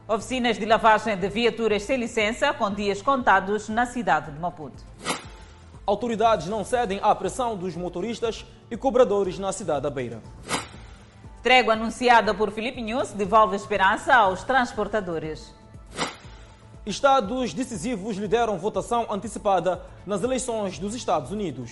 Oficinas de lavagem de viaturas sem licença com dias contados na cidade de Maputo. Autoridades não cedem à pressão dos motoristas e cobradores na cidade da Beira. Trégua anunciada por Filipe Nunes devolve esperança aos transportadores. Estados decisivos lideram votação antecipada nas eleições dos Estados Unidos.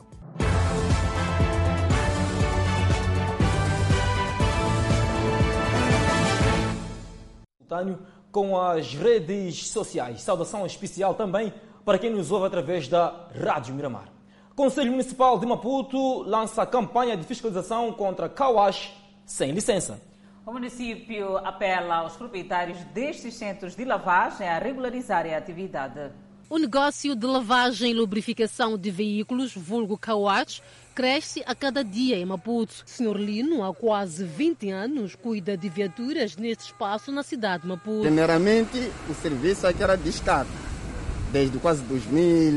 Com as redes sociais. Saudação especial também para quem nos ouve através da Rádio Miramar. Conselho Municipal de Maputo lança campanha de fiscalização contra Kawash sem licença. O município apela aos proprietários destes centros de lavagem a regularizarem a atividade. O negócio de lavagem e lubrificação de veículos, vulgo Kawash, cresce a cada dia em Maputo. Sr. Lino, há quase 20 anos, cuida de viaturas neste espaço na cidade de Maputo. Primeiramente, o serviço aqui era de Estado. Desde quase 2000,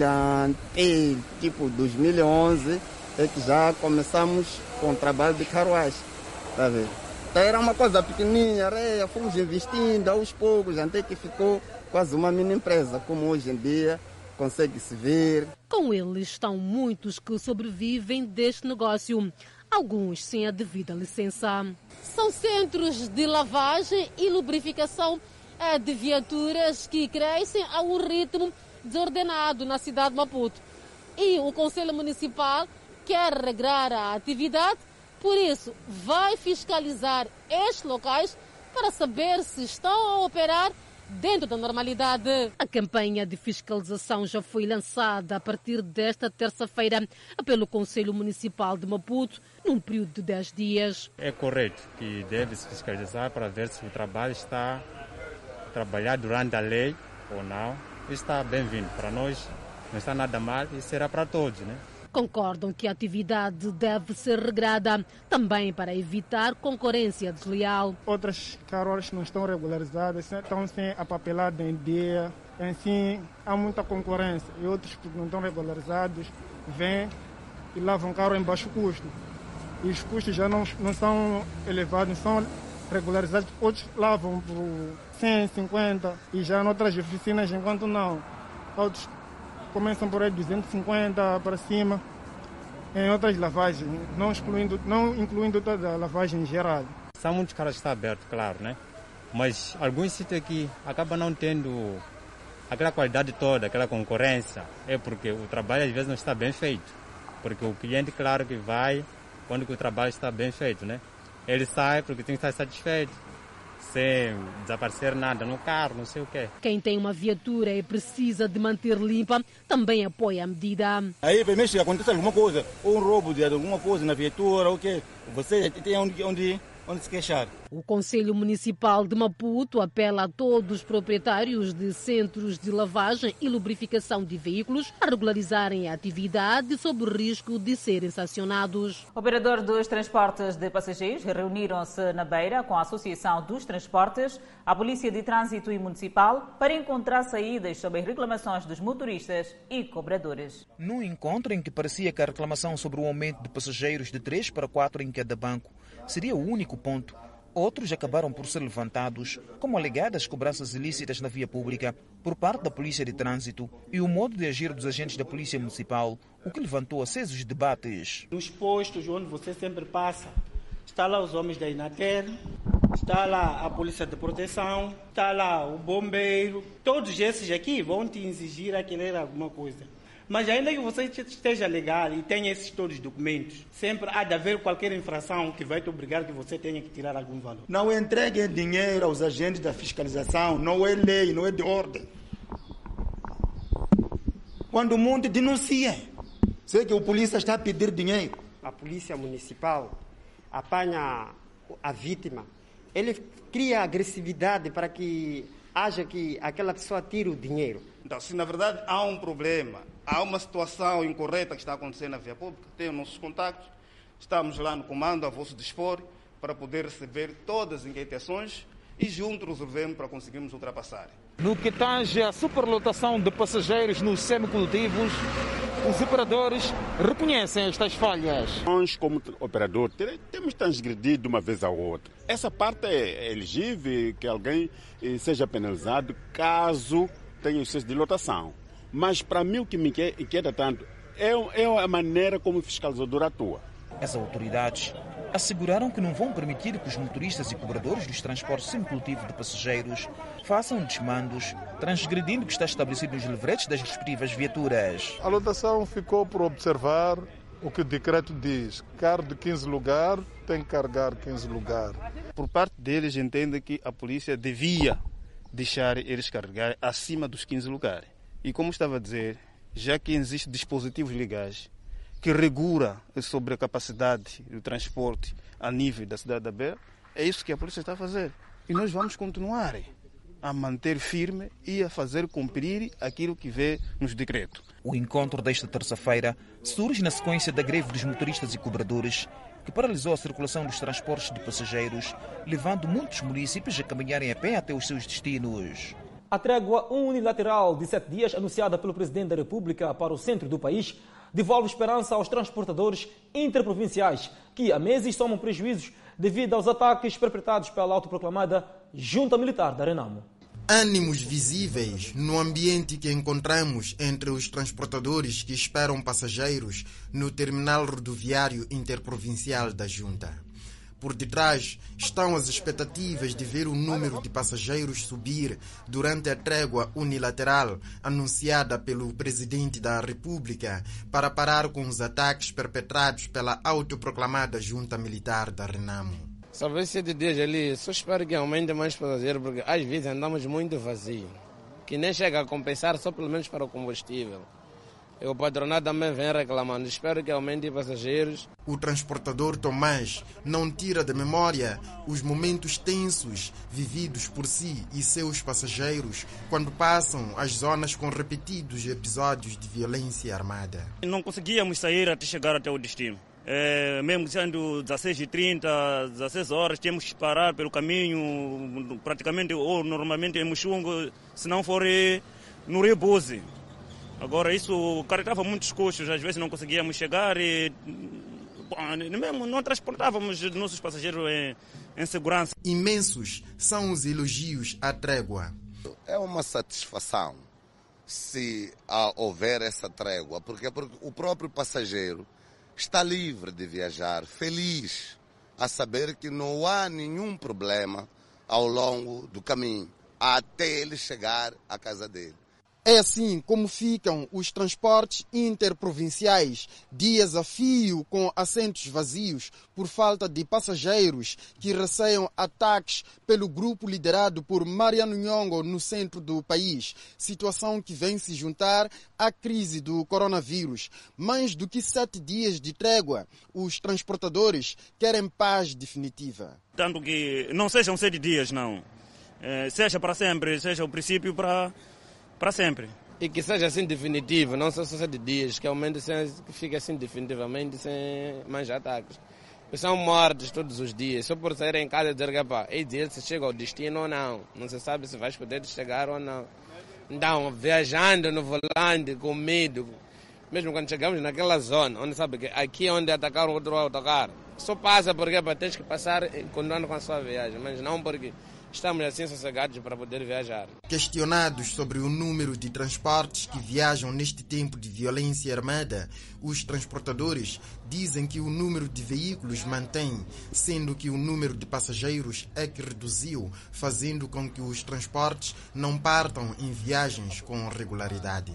tipo 2011, é que já começamos com o trabalho de carruagem. Tá vendo? Então era uma coisa pequenininha, areia, fomos investindo aos poucos, até que ficou quase uma mini empresa, como hoje em dia consegue-se ver. Com eles estão muitos que sobrevivem deste negócio, alguns sem a devida licença. São centros de lavagem e lubrificação de viaturas que crescem a um ritmo desordenado na cidade de Maputo. E o Conselho Municipal quer regrar a atividade, por isso vai fiscalizar estes locais para saber se estão a operar dentro da normalidade. A campanha de fiscalização já foi lançada a partir desta terça-feira pelo Conselho Municipal de Maputo, num período de 10 dias. É correto que deve-se fiscalizar para ver se o trabalho está a trabalhar durante a lei ou não. Isso está bem-vindo para nós, não está nada mal e será para todos, né? Concordam que a atividade deve ser regrada também para evitar concorrência desleal. Outras carruagens não estão regularizadas, estão sem a papelada em dia. Assim, há muita concorrência. E outros que não estão regularizados vêm e lavam carro em baixo custo. E os custos já não são elevados, são regularizados. Outros lavam por 100, 50 e já em outras oficinas, enquanto não. Outros começam por aí 250 para cima, em outras lavagens, não incluindo toda a lavagem em geral. São muitos caras que estão abertos, claro, né? Mas alguns sítios aqui acabam não tendo aquela qualidade toda, aquela concorrência. É porque o trabalho às vezes não está bem feito. Porque o cliente, claro, que vai quando o trabalho está bem feito, né? Ele sai porque tem que estar satisfeito, sem desaparecer nada no carro, não sei o quê. Quem tem uma viatura e precisa de manter limpa também apoia a medida. Aí, primeiro, se acontece alguma coisa, ou um roubo de alguma coisa na viatura, o quê? Você tem onde se queixar. O Conselho Municipal de Maputo apela a todos os proprietários de centros de lavagem e lubrificação de veículos a regularizarem a atividade sob o risco de serem sancionados. Operadores dos transportes de passageiros reuniram-se na Beira com a Associação dos Transportes, a Polícia de Trânsito e Municipal para encontrar saídas sobre as reclamações dos motoristas e cobradores. Num encontro em que parecia que a reclamação sobre o aumento de passageiros de 3 para 4 em cada banco seria o único ponto, outros acabaram por ser levantados, como alegadas cobranças ilícitas na via pública por parte da Polícia de Trânsito e o modo de agir dos agentes da Polícia Municipal, o que levantou acesos debates. Nos postos onde você sempre passa, está lá os homens da Inatel, está lá a Polícia de Proteção, está lá o bombeiro. Todos esses aqui vão te exigir a querer alguma coisa. Mas ainda que você esteja legal e tenha esses todos os documentos, sempre há de haver qualquer infração que vai te obrigar que você tenha que tirar algum valor. Não entregue dinheiro aos agentes da fiscalização, não é lei, não é de ordem. Quando o mundo denuncia, sei que o polícia está a pedir dinheiro. A polícia municipal apanha a vítima, ele cria agressividade para que haja que aquela pessoa tire o dinheiro. Então, se na verdade há um problema, há uma situação incorreta que está acontecendo na via pública, tem os nossos contactos, estamos lá no comando a vosso dispor para poder receber todas as inquietações e juntos resolvemos para conseguirmos ultrapassar. No que tange à superlotação de passageiros nos semicoletivos, Os operadores reconhecem estas falhas. Nós, como operador, temos transgredido uma vez a outra. Essa parte é elegível que alguém seja penalizado caso tenha excesso de lotação. Mas, para mim, o que me inquieta tanto é a maneira como o fiscalizador atua. As autoridades asseguraram que não vão permitir que os motoristas e cobradores dos transportes sem coletivo de passageiros façam desmandos, transgredindo o que está estabelecido nos livretes das respectivas viaturas. A lotação ficou por observar o que o decreto diz. Carro de 15 lugares tem que carregar 15 lugares. Por parte deles, entende que a polícia devia deixar eles carregar acima dos 15 lugares. E como estava a dizer, já que existem dispositivos legais que regula sobre a capacidade do transporte a nível da cidade da Beira, é isso que a polícia está a fazer. E nós vamos continuar a manter firme e a fazer cumprir aquilo que vê nos decretos. O encontro desta terça-feira surge na sequência da greve dos motoristas e cobradores, que paralisou a circulação dos transportes de passageiros, levando muitos municípios a caminharem a pé até os seus destinos. A trégua unilateral de 7 dias anunciada pelo Presidente da República para o centro do país devolve esperança aos transportadores interprovinciais que há meses somam prejuízos devido aos ataques perpetrados pela autoproclamada Junta Militar da Renamo. Ânimos visíveis no ambiente que encontramos entre os transportadores que esperam passageiros no terminal rodoviário interprovincial da Junta. Por detrás estão as expectativas de ver o número de passageiros subir durante a trégua unilateral anunciada pelo Presidente da República para parar com os ataques perpetrados pela autoproclamada Junta Militar da Renamo. Só vê 7 dias ali, só espero que aumente mais passageiros, porque às vezes andamos muito vazios, que nem chega a compensar só pelo menos para o combustível. E o patronato também vem reclamando. Espero que aumente passageiros. O transportador Tomás não tira da memória os momentos tensos vividos por si e seus passageiros quando passam as zonas com repetidos episódios de violência armada. Não conseguíamos sair até chegar até o destino. Mesmo sendo 16h30, 16 horas, temos que parar pelo caminho, praticamente, ou normalmente em Muxungo, se não for no Rebose. Agora, isso carregava muitos custos, às vezes não conseguíamos chegar e mesmo não transportávamos nossos passageiros em segurança. Imensos são os elogios à trégua. É uma satisfação se houver essa trégua, porque o próprio passageiro está livre de viajar, feliz, a saber que não há nenhum problema ao longo do caminho, até ele chegar à casa dele. É assim como ficam os transportes interprovinciais, dias a fio com assentos vazios por falta de passageiros que receiam ataques pelo grupo liderado por Mariano Nhongo no centro do país, situação que vem se juntar à crise do coronavírus. Mais do que 7 dias de trégua, os transportadores querem paz definitiva. Tanto que não sejam 7 dias, não. Seja para sempre, seja o princípio para sempre. E que seja assim definitivo, não só 7 dias, que aumente, que fique assim definitivamente sem mais ataques. São mortes todos os dias, só por sair em casa e dizer que se chega ao destino ou não. Não se sabe se vais poder chegar ou não. Então, viajando no volante, com medo, mesmo quando chegamos naquela zona, onde sabe que aqui é onde atacaram outro autocarro, só passa porque tens que passar continuando com a sua viagem, mas não porque estamos assim sossegados para poder viajar. Questionados sobre o número de transportes que viajam neste tempo de violência armada, os transportadores dizem que o número de veículos mantém, sendo que o número de passageiros é que reduziu, fazendo com que os transportes não partam em viagens com regularidade.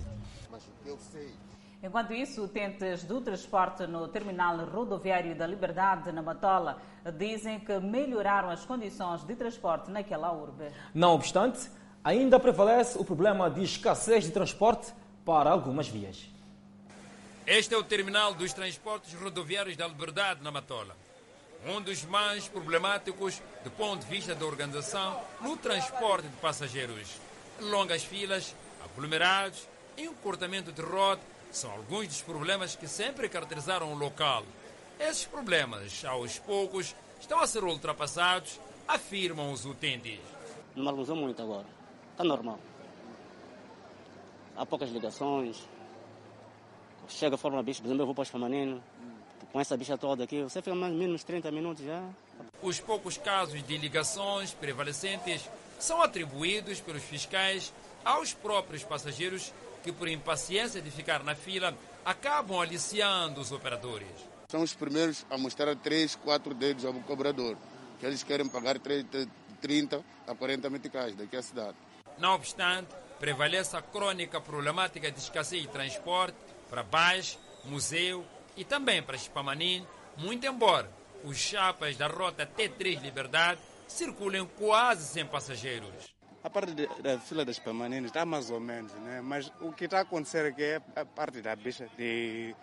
Enquanto isso, utentes do transporte no terminal rodoviário da Liberdade, na Matola, dizem que melhoraram as condições de transporte naquela urbe. Não obstante, ainda prevalece o problema de escassez de transporte para algumas vias. Este é o terminal dos transportes rodoviários da Liberdade, na Matola. Um dos mais problemáticos do ponto de vista da organização no transporte de passageiros. Longas filas, aglomerados e um cortamento de rota são alguns dos problemas que sempre caracterizaram o local. Esses problemas, aos poucos, estão a ser ultrapassados, afirmam os utentes. Não bagunçou muito agora. Está normal. Há poucas ligações. chega a forma bicha, por exemplo, eu vou para os Pamanino, com essa bicha toda aqui, você fica mais ou menos 30 minutos já. Os poucos casos de ligações prevalecentes são atribuídos pelos fiscais aos próprios passageiros que, por impaciência de ficar na fila, acabam aliciando os operadores. São os primeiros a mostrar 3, 4 dedos ao cobrador, que eles querem pagar 30 a 40 meticais daqui à cidade. Não obstante, prevalece a crônica problemática de escassez de transporte para Baix, Museu e também para Chipamanin, muito embora os chapas da rota T3 Liberdade circulem quase sem passageiros. A parte da fila das Chipamanin está mais ou menos, né? Mas o que está a acontecer aqui é a parte da bicha de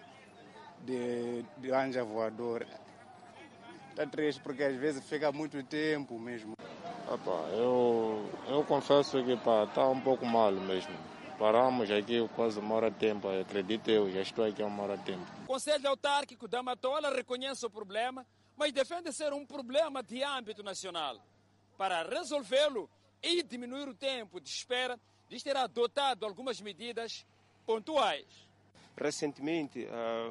anja voadora. Está triste porque às vezes fica muito tempo mesmo. Eu confesso que está um pouco mal mesmo. Paramos aqui quase uma hora de tempo, acredito eu, já estou aqui há uma hora de tempo. O Conselho Autárquico da Matola reconhece o problema, mas defende ser um problema de âmbito nacional. Para resolvê-lo e diminuir o tempo de espera, diz ter adotado algumas medidas pontuais. Recentemente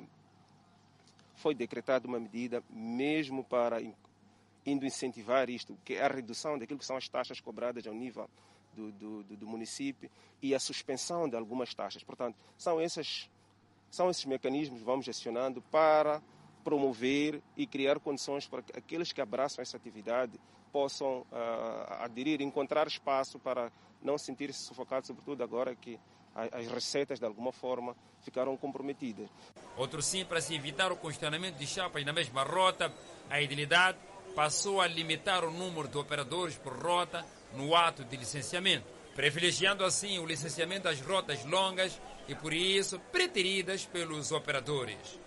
foi decretada uma medida mesmo para indo incentivar isto, que é a redução daquilo que são as taxas cobradas ao nível do município e a suspensão de algumas taxas. Portanto, são esses mecanismos que vamos acionando para promover e criar condições para que aqueles que abraçam essa atividade possam aderir, encontrar espaço para não sentir-se sufocados, sobretudo agora que as receitas, de alguma forma, ficaram comprometidas. Outro sim, para se evitar o congestionamento de chapas na mesma rota, a edilidade passou a limitar o número de operadores por rota no ato de licenciamento, privilegiando assim o licenciamento das rotas longas e, por isso, preteridas pelos operadores.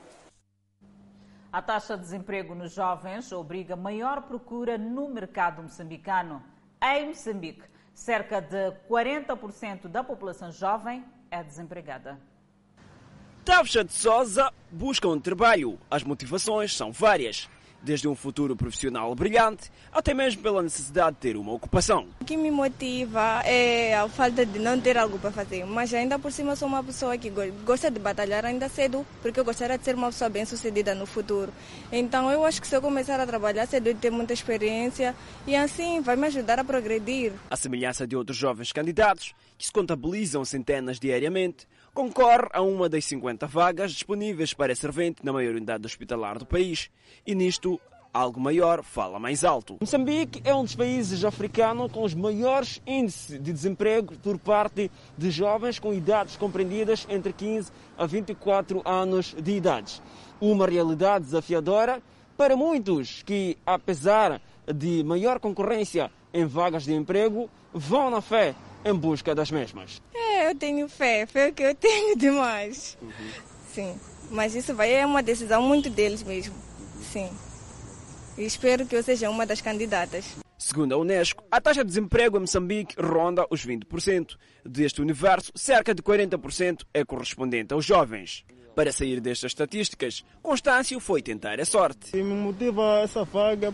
A taxa de desemprego nos jovens obriga maior procura no mercado moçambicano. Em Moçambique, cerca de 40% da população jovem é desempregada. Tavcha de Sousa busca um trabalho. As motivações são várias. Desde um futuro profissional brilhante, até mesmo pela necessidade de ter uma ocupação. O que me motiva é a falta de não ter algo para fazer, mas ainda por cima sou uma pessoa que gosta de batalhar ainda cedo, porque eu gostaria de ser uma pessoa bem-sucedida no futuro. Então eu acho que se eu começar a trabalhar cedo e ter muita experiência, e assim vai me ajudar a progredir. À semelhança de outros jovens candidatos, que se contabilizam centenas diariamente, concorre a uma das 50 vagas disponíveis para servente na maior unidade hospitalar do país. E nisto, algo maior fala mais alto. Moçambique é um dos países africanos com os maiores índices de desemprego por parte de jovens com idades compreendidas entre 15 a 24 anos de idade. Uma realidade desafiadora para muitos que, apesar de maior concorrência em vagas de emprego, vão na fé em busca das mesmas. Eu tenho fé que eu tenho demais. Sim, mas isso é uma decisão muito deles mesmo. Sim. E espero que eu seja uma das candidatas. Segundo a Unesco, a taxa de desemprego em Moçambique ronda os 20%. Deste universo, cerca de 40% é correspondente aos jovens. Para sair destas estatísticas, Constâncio foi tentar a sorte. Me motiva essa vaga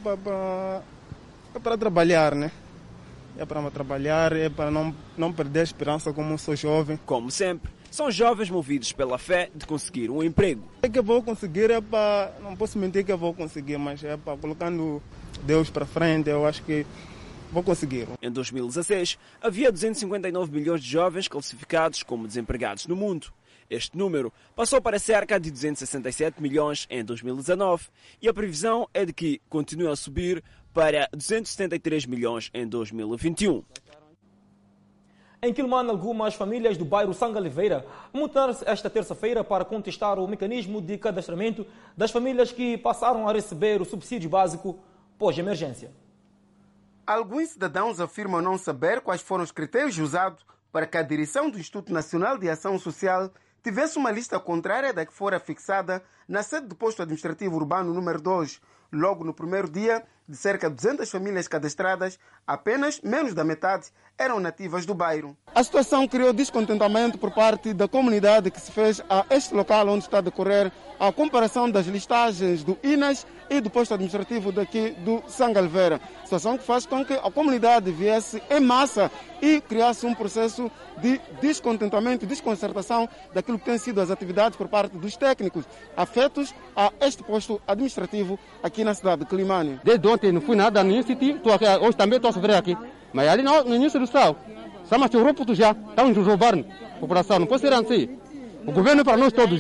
para trabalhar, né? É para trabalhar, é para não perder a esperança como sou jovem. Como sempre, são jovens movidos pela fé de conseguir um emprego. É que eu vou conseguir, não posso mentir que eu vou conseguir, mas é para colocando Deus para frente, eu acho que vou conseguir. Em 2016, havia 259 milhões de jovens classificados como desempregados no mundo. Este número passou para cerca de 267 milhões em 2019 e a previsão é de que continue a subir para 273 milhões em 2021. Em Quilmane, algumas famílias do bairro Sanga Oliveira montaram-se esta terça-feira para contestar o mecanismo de cadastramento das famílias que passaram a receber o subsídio básico pós-emergência. Alguns cidadãos afirmam não saber quais foram os critérios usados para que a direção do Instituto Nacional de Ação Social tivesse uma lista contrária da que fora fixada na sede do posto administrativo urbano número 2, logo no primeiro dia De cerca de 200 famílias cadastradas, apenas menos da metade eram nativas do bairro. A situação criou descontentamento por parte da comunidade que se fez a este local onde está a decorrer a comparação das listagens do INAS e do posto administrativo daqui do Sangalveira. Situação que faz com que a comunidade viesse em massa e criasse um processo de descontentamento e desconcertação daquilo que têm sido as atividades por parte dos técnicos afetos a este posto administrativo aqui na cidade de Climane. Desde ontem não fui nada no sítio, hoje também estou a sofrer aqui. Mas ali no início do céu, estamos a roubo já, estamos a roubar a população, não pode ser assim. O governo é para nós todos.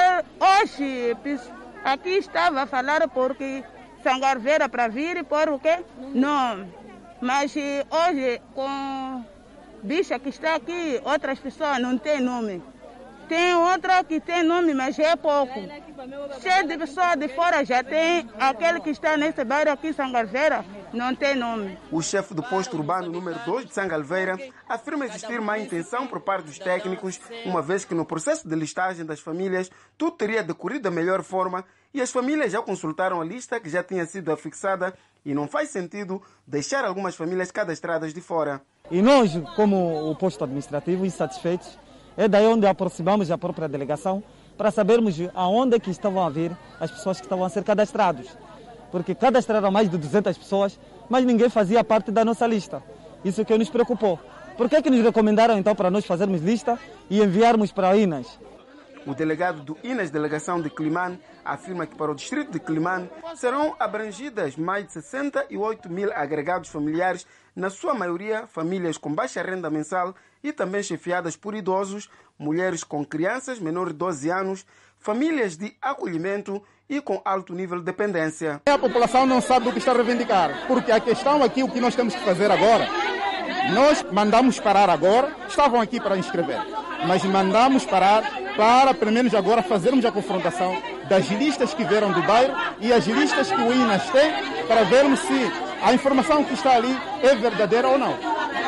Hoje, aqui estava a falar porque Sangalveira para vir, por o quê? Não. Mas hoje, com bicha que está aqui, outras pessoas não têm nome. Tem outra que tem nome, mas é pouco. Cheio de pessoas de fora já tem. Aquele que está nesse bairro aqui, Sangalveira, não tem nome. O chefe do posto urbano número 2 de Sangalveira afirma existir má intenção por parte dos técnicos, uma vez que no processo de listagem das famílias tudo teria decorrido da melhor forma e as famílias já consultaram a lista que já tinha sido afixada e não faz sentido deixar algumas famílias cadastradas de fora. E nós, como o posto administrativo, insatisfeitos, é daí onde aproximamos a própria delegação para sabermos aonde é que estavam a vir as pessoas que estavam a ser cadastradas. Porque cadastraram mais de 200 pessoas, mas ninguém fazia parte da nossa lista. Isso que nos preocupou. Por que nos recomendaram então para nós fazermos lista e enviarmos para a INAS? O delegado do INAS, delegação de Climane, afirma que para o distrito de Climane serão abrangidas mais de 68 mil agregados familiares, na sua maioria famílias com baixa renda mensal e também chefiadas por idosos, mulheres com crianças menores de 12 anos, famílias de acolhimento e com alto nível de dependência. A população não sabe o que está a reivindicar, porque a questão aqui, o que nós temos que fazer agora, nós mandamos parar agora, estavam aqui para inscrever, mas mandamos parar para, pelo menos agora, fazermos a confrontação das listas que vieram do bairro e as listas que o INAS tem, para vermos se a informação que está ali é verdadeira ou não.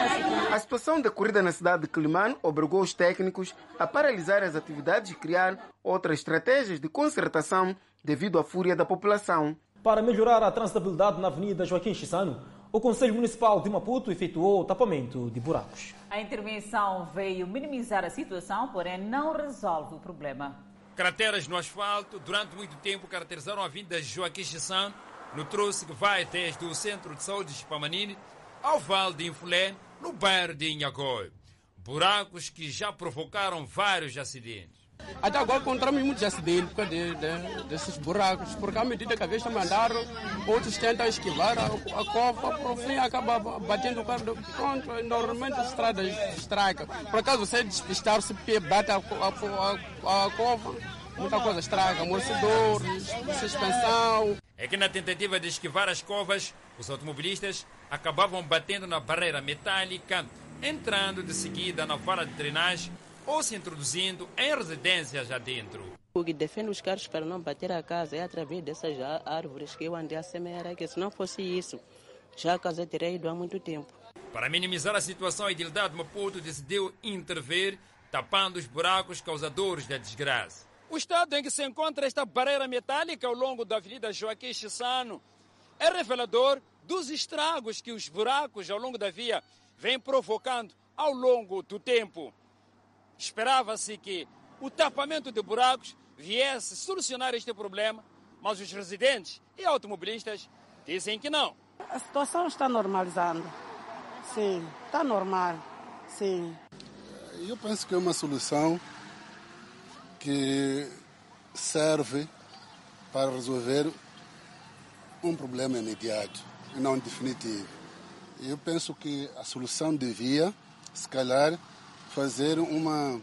A situação decorrida na cidade de Climane obrigou os técnicos a paralisar as atividades e criar outras estratégias de concertação devido à fúria da população. Para melhorar a transitabilidade na Avenida Joaquim Chissano, o Conselho Municipal de Maputo efetuou o tapamento de buracos. A intervenção veio minimizar a situação, porém não resolve o problema. Crateras no asfalto durante muito tempo caracterizaram a Avenida Joaquim Chissano, no troço que vai desde o Centro de Saúde de Spamanini ao Vale de Infulé, no bairro de Inhagoi. Buracos que já provocaram vários acidentes. Até agora encontramos muitos acidentes por causa desses buracos, porque à medida que a vez estão a andar, outros tentam esquivar a cova, por fim acaba batendo o carro. Pronto, normalmente as estradas estragam. Por acaso você despistar, se bate a cova, muita coisa estraga, amortecedores, suspensão. É que na tentativa de esquivar as covas, os automobilistas acabavam batendo na barreira metálica, entrando de seguida na vala de drenagem ou se introduzindo em residências adentro. O que defende os carros para não bater a casa é através dessas árvores que eu andei a semear aqui. Se não fosse isso, já a casa teria ido há muito tempo. Para minimizar a situação, a Edilidade de Maputo decidiu intervir, tapando os buracos causadores da desgraça. O estado em que se encontra esta barreira metálica ao longo da Avenida Joaquim Chissano é revelador dos estragos que os buracos ao longo da via vêm provocando ao longo do tempo. Esperava-se que o tapamento de buracos viesse solucionar este problema, mas os residentes e automobilistas dizem que não. A situação está normalizando. Sim, está normal. Sim. Eu penso que é uma solução que serve para resolver um problema imediato e não definitivo. Eu penso que a solução devia, se calhar, fazer um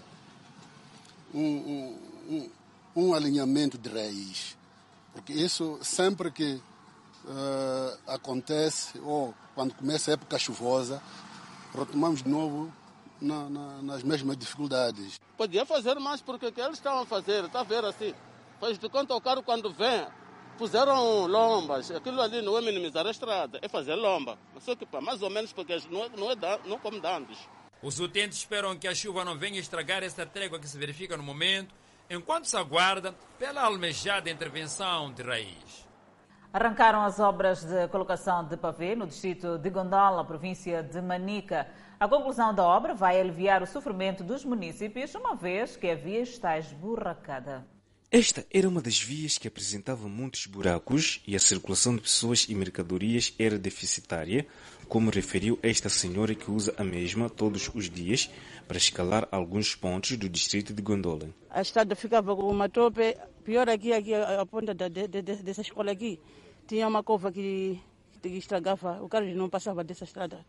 alinhamento de raiz. Porque isso, sempre que acontece, ou quando começa a época chuvosa, retomamos de novo nas mesmas dificuldades. Podia fazer mais, porque o que eles estavam a fazer, está a ver assim, faz de conta o carro quando vem, puseram lombas, aquilo ali não é minimizar a estrada, é fazer lomba. Só que mais ou menos, porque não como danos. Os utentes esperam que a chuva não venha estragar esta trégua que se verifica no momento, enquanto se aguarda pela almejada intervenção de raiz. Arrancaram as obras de colocação de pavê no distrito de Gondola, província de Manica. A conclusão da obra vai aliviar o sofrimento dos munícipes, uma vez que a via está esburracada. Esta era uma das vias que apresentava muitos buracos e a circulação de pessoas e mercadorias era deficitária, como referiu esta senhora que usa a mesma todos os dias para escalar alguns pontos do distrito de Gondola. A estrada ficava com uma tope, pior aqui a ponta dessa escola aqui. Tinha uma cova que estragava, o carro não passava dessa estrada.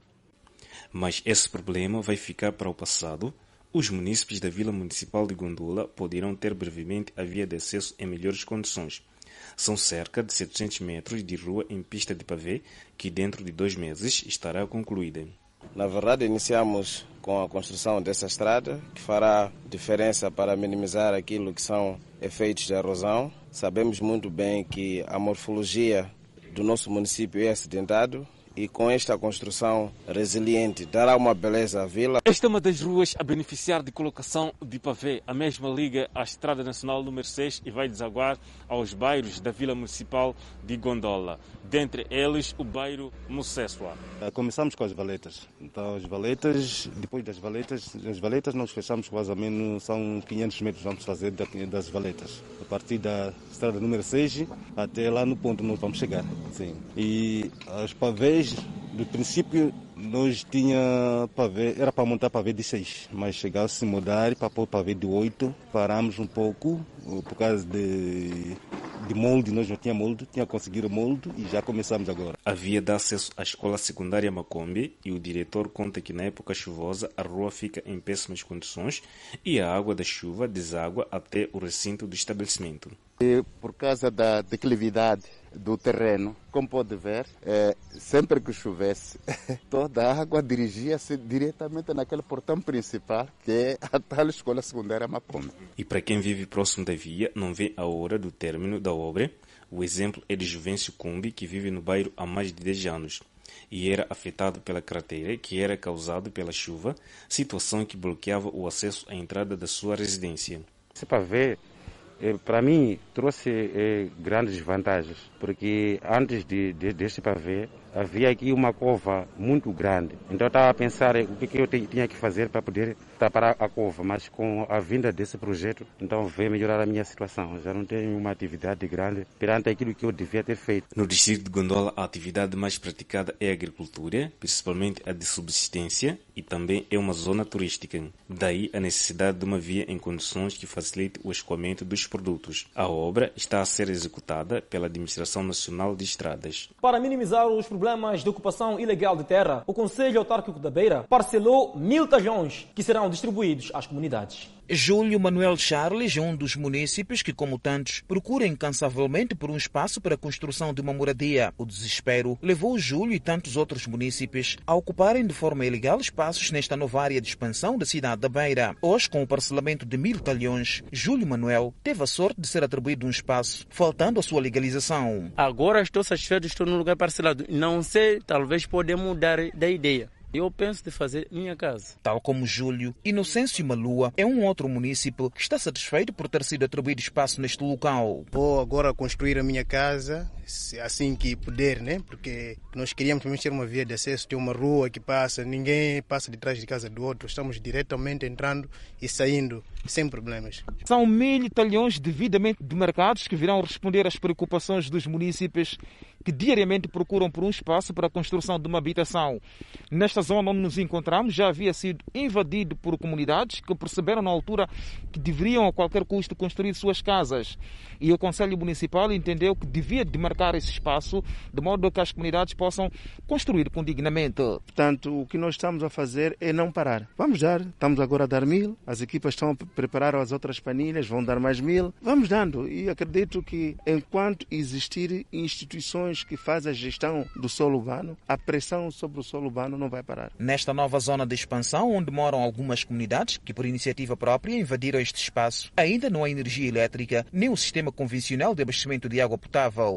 Mas esse problema vai ficar para o passado. Os munícipes da Vila Municipal de Gondola poderão ter brevemente a via de acesso em melhores condições. São cerca de 700 metros de rua em pista de pavê, que dentro de 2 meses estará concluída. Na verdade, iniciamos com a construção dessa estrada, que fará diferença para minimizar aquilo que são efeitos de erosão. Sabemos muito bem que a morfologia do nosso município é acidentado, e com esta construção resiliente dará uma beleza à vila. Esta é uma das ruas a beneficiar de colocação de pavê. A mesma liga à Estrada Nacional número 6 e vai desaguar aos bairros da Vila Municipal de Gondola. Dentre eles, o bairro Mucessua. Começamos com as valetas. Então, as valetas, depois das valetas nós fechamos mais ou menos, são 500 metros vamos fazer das valetas. A partir da Estrada número 6 até lá no ponto nós vamos chegar. Sim. E os pavês, do princípio, nós tinha pavê, era para montar pavê de 6, mas chegasse a mudar para pôr pavê de 8, paramos um pouco por causa de molde, nós não tinha molde, tinha conseguido molde e já começamos agora. A via dá acesso à escola secundária Macombe e o diretor conta que na época chuvosa a rua fica em péssimas condições e a água da chuva deságua até o recinto do estabelecimento. E por causa da declividade do terreno, como pode ver, sempre que chovesse, toda a água dirigia-se diretamente naquele portão principal, que é a tal escola secundária Macombe. E para quem vive próximo da via, não vê a hora do término da obra. O exemplo é de Juvencio Cumbi, que vive no bairro há mais de 10 anos e era afetado pela crateira que era causada pela chuva, situação que bloqueava o acesso à entrada da sua residência. Se para ver, para mim trouxe grandes vantagens, porque antes deste pavê havia aqui uma cova muito grande. Então eu estava a pensar o que eu tinha que fazer para poder tapar a cova, mas com a vinda desse projeto, então veio melhorar a minha situação. Já não tenho uma atividade grande perante aquilo que eu devia ter feito. No distrito de Gondola, a atividade mais praticada é a agricultura, principalmente a de subsistência, e também é uma zona turística. Daí a necessidade de uma via em condições que facilite o escoamento dos produtos. A obra está a ser executada pela Administração Nacional de Estradas. Para minimizar os problemas de ocupação ilegal de terra, o Conselho Autárquico da Beira parcelou 1000 talhões que serão distribuídos às comunidades. Júlio Manuel Charles é um dos munícipes que, como tantos, procura incansavelmente por um espaço para a construção de uma moradia. O desespero levou Júlio e tantos outros munícipes a ocuparem de forma ilegal espaços nesta nova área de expansão da cidade da Beira. Hoje, com o parcelamento de 1000 talhões, Júlio Manuel teve a sorte de ser atribuído um espaço, faltando a sua legalização. Agora estou satisfeito, estou num lugar parcelado. Não sei, talvez podemos mudar da ideia. Eu penso de fazer minha casa. Tal como Júlio, Inocêncio Malua é um outro município que está satisfeito por ter sido atribuído espaço neste local. Vou agora construir a minha casa, assim que puder, né? Porque nós queríamos também ter uma via de acesso, ter uma rua que passa, ninguém passa de trás de casa do outro. Estamos diretamente entrando e saindo sem problemas. São 1000 talhões devidamente demarcados que virão responder às preocupações dos munícipes que diariamente procuram por um espaço para a construção de uma habitação. Nesta zona onde nos encontramos já havia sido invadido por comunidades que perceberam na altura que deveriam a qualquer custo construir suas casas. E o Conselho Municipal entendeu que devia demarcar esse espaço de modo que as comunidades possam construir com dignamente. Portanto, o que nós estamos a fazer é não parar. Vamos dar, estamos agora a dar 1000, as equipas estão a preparar as outras panilhas, vão dar mais 1000. Vamos dando e acredito que enquanto existir instituições que fazem a gestão do solo urbano, a pressão sobre o solo urbano não vai parar. Nesta nova zona de expansão, onde moram algumas comunidades que por iniciativa própria invadiram este espaço, ainda não há energia elétrica nem o sistema convencional de abastecimento de água potável.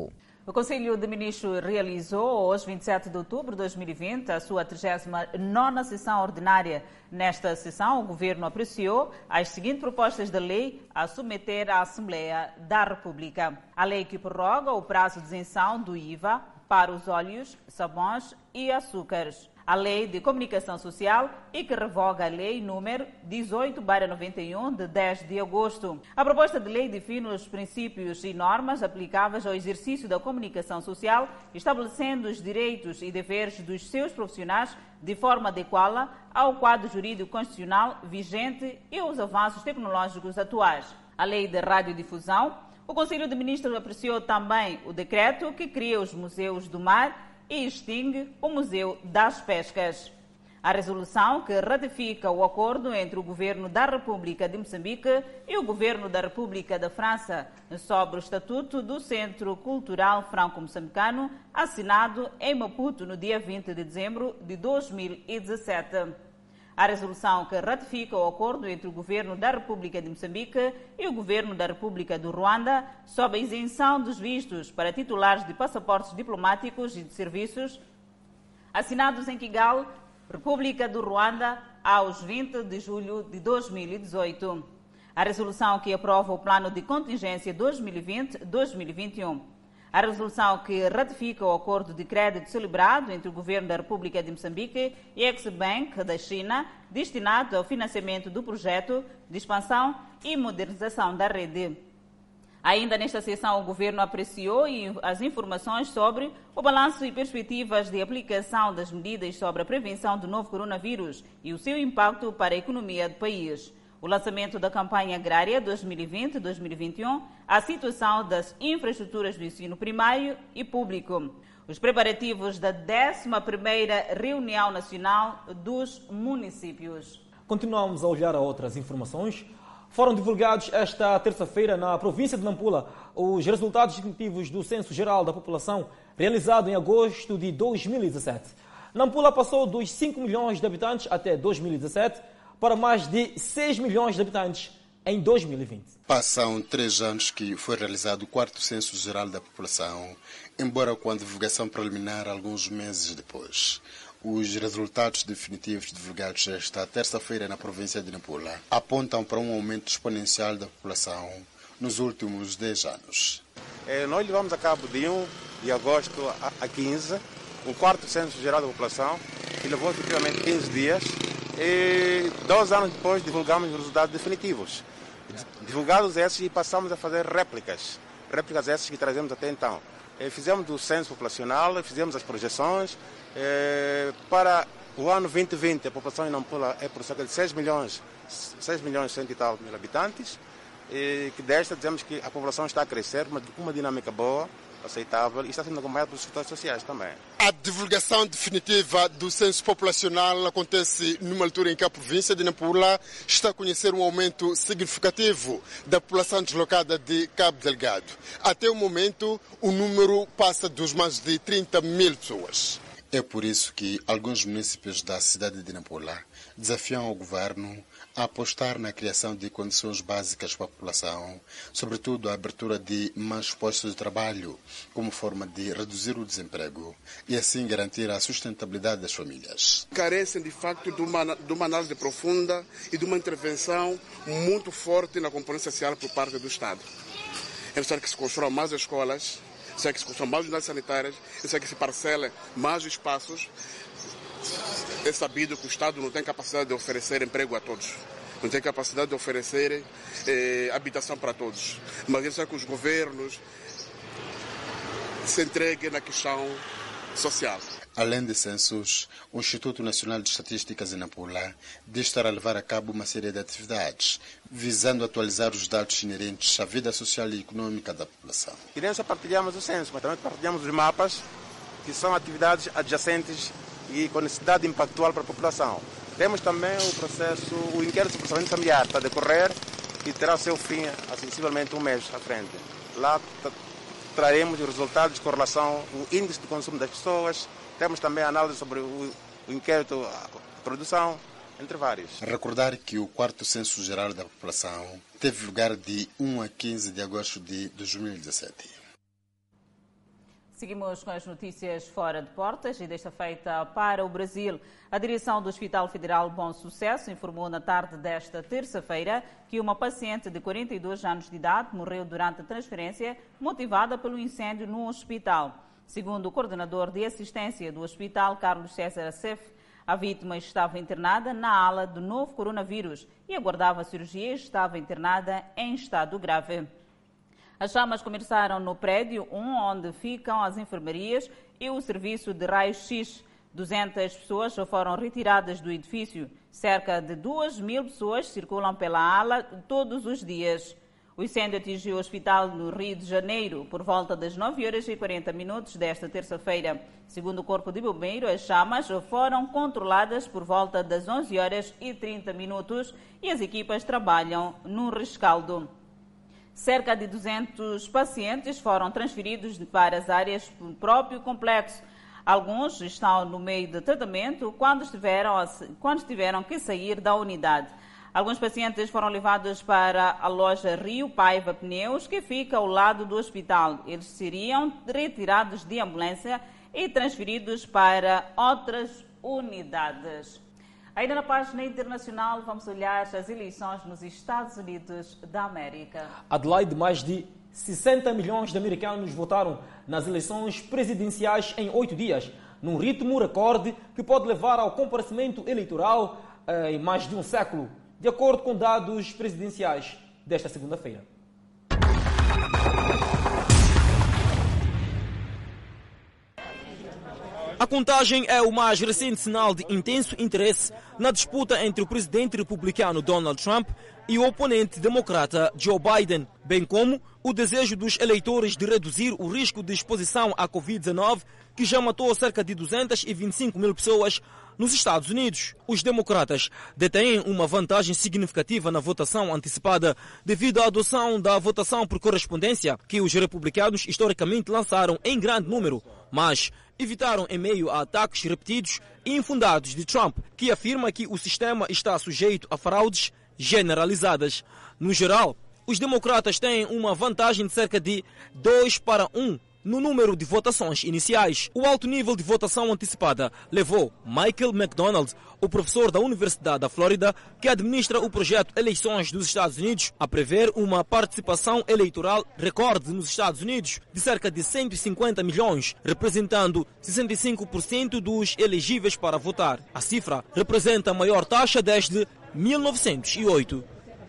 O Conselho de Ministros realizou, hoje, 27 de outubro de 2020, a sua 39ª sessão ordinária. Nesta sessão, o Governo apreciou as seguintes propostas de lei a submeter à Assembleia da República. A lei que prorroga o prazo de isenção do IVA para os óleos, sabões e açúcares. A Lei de Comunicação Social e que revoga a Lei número 18/91 de 10 de agosto. A proposta de lei define os princípios e normas aplicáveis ao exercício da comunicação social, estabelecendo os direitos e deveres dos seus profissionais de forma adequada ao quadro jurídico constitucional vigente e aos avanços tecnológicos atuais. A Lei de Radiodifusão. O Conselho de Ministros apreciou também o decreto que cria os museus do mar e extingue o Museu das Pescas. A resolução que ratifica o acordo entre o Governo da República de Moçambique e o Governo da República da França sobre o Estatuto do Centro Cultural Franco-Moçambicano, assinado em Maputo no dia 20 de dezembro de 2017. A resolução que ratifica o acordo entre o Governo da República de Moçambique e o Governo da República do Ruanda sobre a isenção dos vistos para titulares de passaportes diplomáticos e de serviços, assinados em Kigali, República do Ruanda, aos 20 de julho de 2018. A resolução que aprova o Plano de Contingência 2020-2021. A resolução que ratifica o acordo de crédito celebrado entre o Governo da República de Moçambique e a Eximbank da China, destinado ao financiamento do projeto de expansão e modernização da rede. Ainda nesta sessão, o Governo apreciou as informações sobre o balanço e perspectivas de aplicação das medidas sobre a prevenção do novo coronavírus e o seu impacto para a economia do país. O lançamento da campanha agrária 2020-2021, a situação das infraestruturas do ensino primário e público, os preparativos da 11ª Reunião Nacional dos Municípios. Continuamos a olhar a outras informações. Foram divulgados esta terça-feira na província de Nampula os resultados definitivos do Censo Geral da População, realizado em agosto de 2017. Nampula passou dos 5 milhões de habitantes até 2017 para mais de 6 milhões de habitantes em 2020. Passam 3 anos que foi realizado o 4º Censo Geral da População, embora com a divulgação preliminar alguns meses depois. Os resultados definitivos divulgados esta terça-feira na província de Nampula apontam para um aumento exponencial da população nos últimos 10 anos. Nós levamos a cabo de 1 de agosto a 15, o 4º Censo Geral da População, que levou efetivamente 15 dias. E 2 anos depois divulgamos os resultados definitivos. Divulgados esses e passamos a fazer réplicas essas que trazemos até então. Fizemos o censo populacional, fizemos as projeções. Para o ano 2020 a população em Nampula é por cerca de 6 milhões e 100 e tal mil habitantes. E que desta dizemos que a população está a crescer, uma dinâmica boa, aceitável, e está sendo acompanhada pelos setores sociais também. A divulgação definitiva do censo populacional acontece numa altura em que a província de Nampula está a conhecer um aumento significativo da população deslocada de Cabo Delgado. Até o momento, o número passa dos mais de 30 mil pessoas. É por isso que alguns municípios da cidade de Nampula desafiam o governo a apostar na criação de condições básicas para a população, sobretudo a abertura de mais postos de trabalho, como forma de reduzir o desemprego e assim garantir a sustentabilidade das famílias. Carecem, de facto, de uma análise profunda e de uma intervenção muito forte na componente social por parte do Estado. É necessário que se construam mais escolas, é necessário que se construam mais unidades sanitárias, é necessário que se parcelem mais espaços. É sabido que o Estado não tem capacidade de oferecer emprego a todos, não tem capacidade de oferecer habitação para todos, mas é necessário que os governos se entreguem na questão social. Além de censos, o Instituto Nacional de Estatísticas em Nampula diz estar a levar a cabo uma série de atividades, visando atualizar os dados inerentes à vida social e econômica da população. E não só partilhamos o censo, mas também partilhamos os mapas, que são atividades adjacentes e com necessidade impactual para a população. Temos também o inquérito de processamento familiar, está a decorrer e terá seu fim há sensivelmente um mês à frente. Lá traremos os resultados de correlação, o índice de consumo das pessoas, temos também a análise sobre o inquérito à produção, entre vários. Recordar que o 4º Censo Geral da População teve lugar de 1 a 15 de agosto de 2017. Seguimos com as notícias fora de portas e desta feita para o Brasil. A direção do Hospital Federal Bom Sucesso informou na tarde desta terça-feira que uma paciente de 42 anos de idade morreu durante a transferência motivada pelo incêndio no hospital. Segundo o coordenador de assistência do hospital, Carlos César Acef, a vítima estava internada na ala do novo coronavírus e aguardava a cirurgia e estava internada em estado grave. As chamas começaram no prédio onde ficam as enfermarias e o serviço de raio-x. 200 pessoas foram retiradas do edifício. Cerca de 2.000 pessoas circulam pela ala todos os dias. O incêndio atingiu o hospital no Rio de Janeiro por volta das 9h40 desta terça-feira. Segundo o Corpo de Bombeiros, as chamas foram controladas por volta das 11h30 e as equipas trabalham no rescaldo. Cerca de 200 pacientes foram transferidos para as áreas do próprio complexo. Alguns estão no meio de tratamento quando tiveram que sair da unidade. Alguns pacientes foram levados para a loja Rio Paiva Pneus, que fica ao lado do hospital. Eles seriam retirados de ambulância e transferidos para outras unidades. Ainda na página internacional, vamos olhar as eleições nos Estados Unidos da América. Adelaide, mais de 60 milhões de americanos votaram nas eleições presidenciais em 8 dias, num ritmo recorde que pode levar ao comparecimento eleitoral em mais de um século, de acordo com dados presidenciais desta segunda-feira. A contagem é o mais recente sinal de intenso interesse na disputa entre o presidente republicano Donald Trump e o oponente democrata Joe Biden, bem como o desejo dos eleitores de reduzir o risco de exposição à Covid-19, que já matou cerca de 225 mil pessoas nos Estados Unidos. Os democratas detêm uma vantagem significativa na votação antecipada devido à adoção da votação por correspondência, que os republicanos historicamente lançaram em grande número, mas evitaram em meio a ataques repetidos e infundados de Trump, que afirma que o sistema está sujeito a fraudes generalizadas. No geral, os democratas têm uma vantagem de cerca de 2-1 no número de votações iniciais. O alto nível de votação antecipada levou Michael McDonald, o professor da Universidade da Flórida, que administra o projeto Eleições dos Estados Unidos, a prever uma participação eleitoral recorde nos Estados Unidos de cerca de 150 milhões, representando 65% dos elegíveis para votar. A cifra representa a maior taxa desde 1908.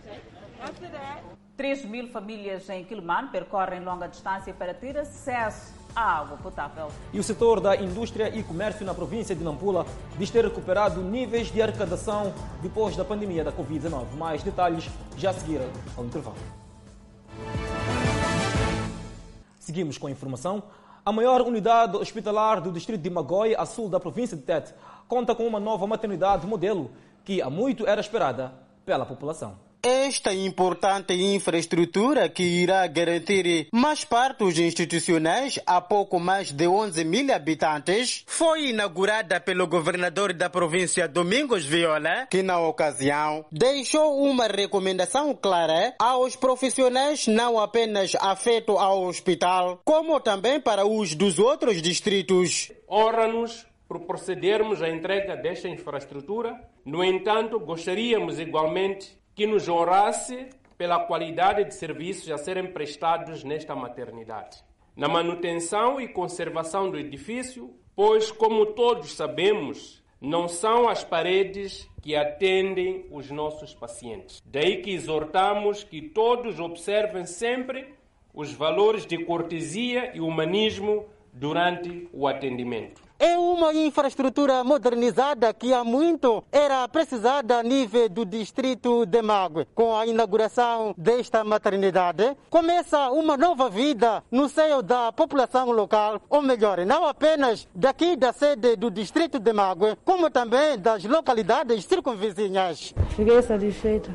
3.000 famílias em Quilomane percorrem longa distância para ter acesso à água potável. E o setor da indústria e comércio na província de Nampula diz ter recuperado níveis de arrecadação depois da pandemia da Covid-19. Mais detalhes já a seguir ao intervalo. Seguimos com a informação. A maior unidade hospitalar do distrito de Magoy, a sul da província de Tete, conta com uma nova maternidade modelo que há muito era esperada pela população. Esta importante infraestrutura, que irá garantir mais partos institucionais a pouco mais de 11 mil habitantes, foi inaugurada pelo governador da província, Domingos Viola, que na ocasião deixou uma recomendação clara aos profissionais não apenas afetos ao hospital, como também para os dos outros distritos. Honra-nos por procedermos à entrega desta infraestrutura. No entanto, gostaríamos igualmente que nos honrasse pela qualidade de serviços a serem prestados nesta maternidade, na manutenção e conservação do edifício, pois, como todos sabemos, não são as paredes que atendem os nossos pacientes. Daí que exortamos que todos observem sempre os valores de cortesia e humanismo durante o atendimento. É uma infraestrutura modernizada que há muito era precisada a nível do distrito de Magoy. Com a inauguração desta maternidade, começa uma nova vida no seio da população local, ou melhor, não apenas daqui da sede do distrito de Magoy, como também das localidades circunvizinhas. Fiquei satisfeita,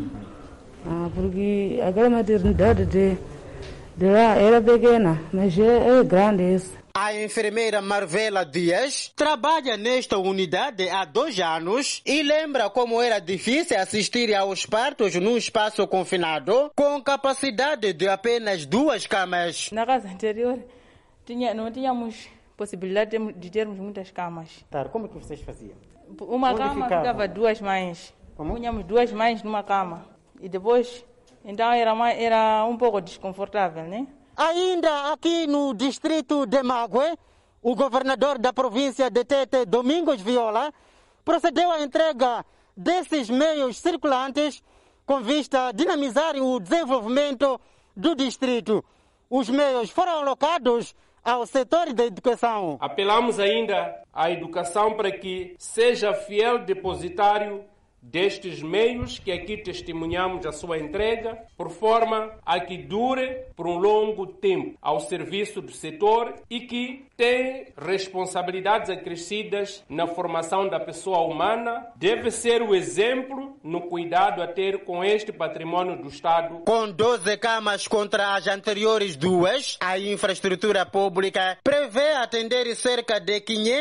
porque aquela maternidade de lá era pequena, mas é grande isso. A enfermeira Marvela Dias trabalha nesta unidade há 2 anos e lembra como era difícil assistir aos partos num espaço confinado com capacidade de apenas 2 camas. Na casa anterior não tínhamos possibilidade de termos muitas camas. Tá, como é que vocês faziam? Uma cama ficava 2 mães. Punhamos 2 mães numa cama. E depois, então era um pouco desconfortável, né? Ainda aqui no distrito de Mague, o governador da província de Tete, Domingos Viola, procedeu à entrega desses meios circulantes com vista a dinamizar o desenvolvimento do distrito. Os meios foram alocados ao setor da educação. Apelamos ainda à educação para que seja fiel depositário destes meios que aqui testemunhamos a sua entrega, por forma a que dure por um longo tempo ao serviço do setor e que tem responsabilidades acrescidas na formação da pessoa humana, deve ser o exemplo no cuidado a ter com este património do Estado. Com 12 camas contra as anteriores 2, a infraestrutura pública prevê atender cerca de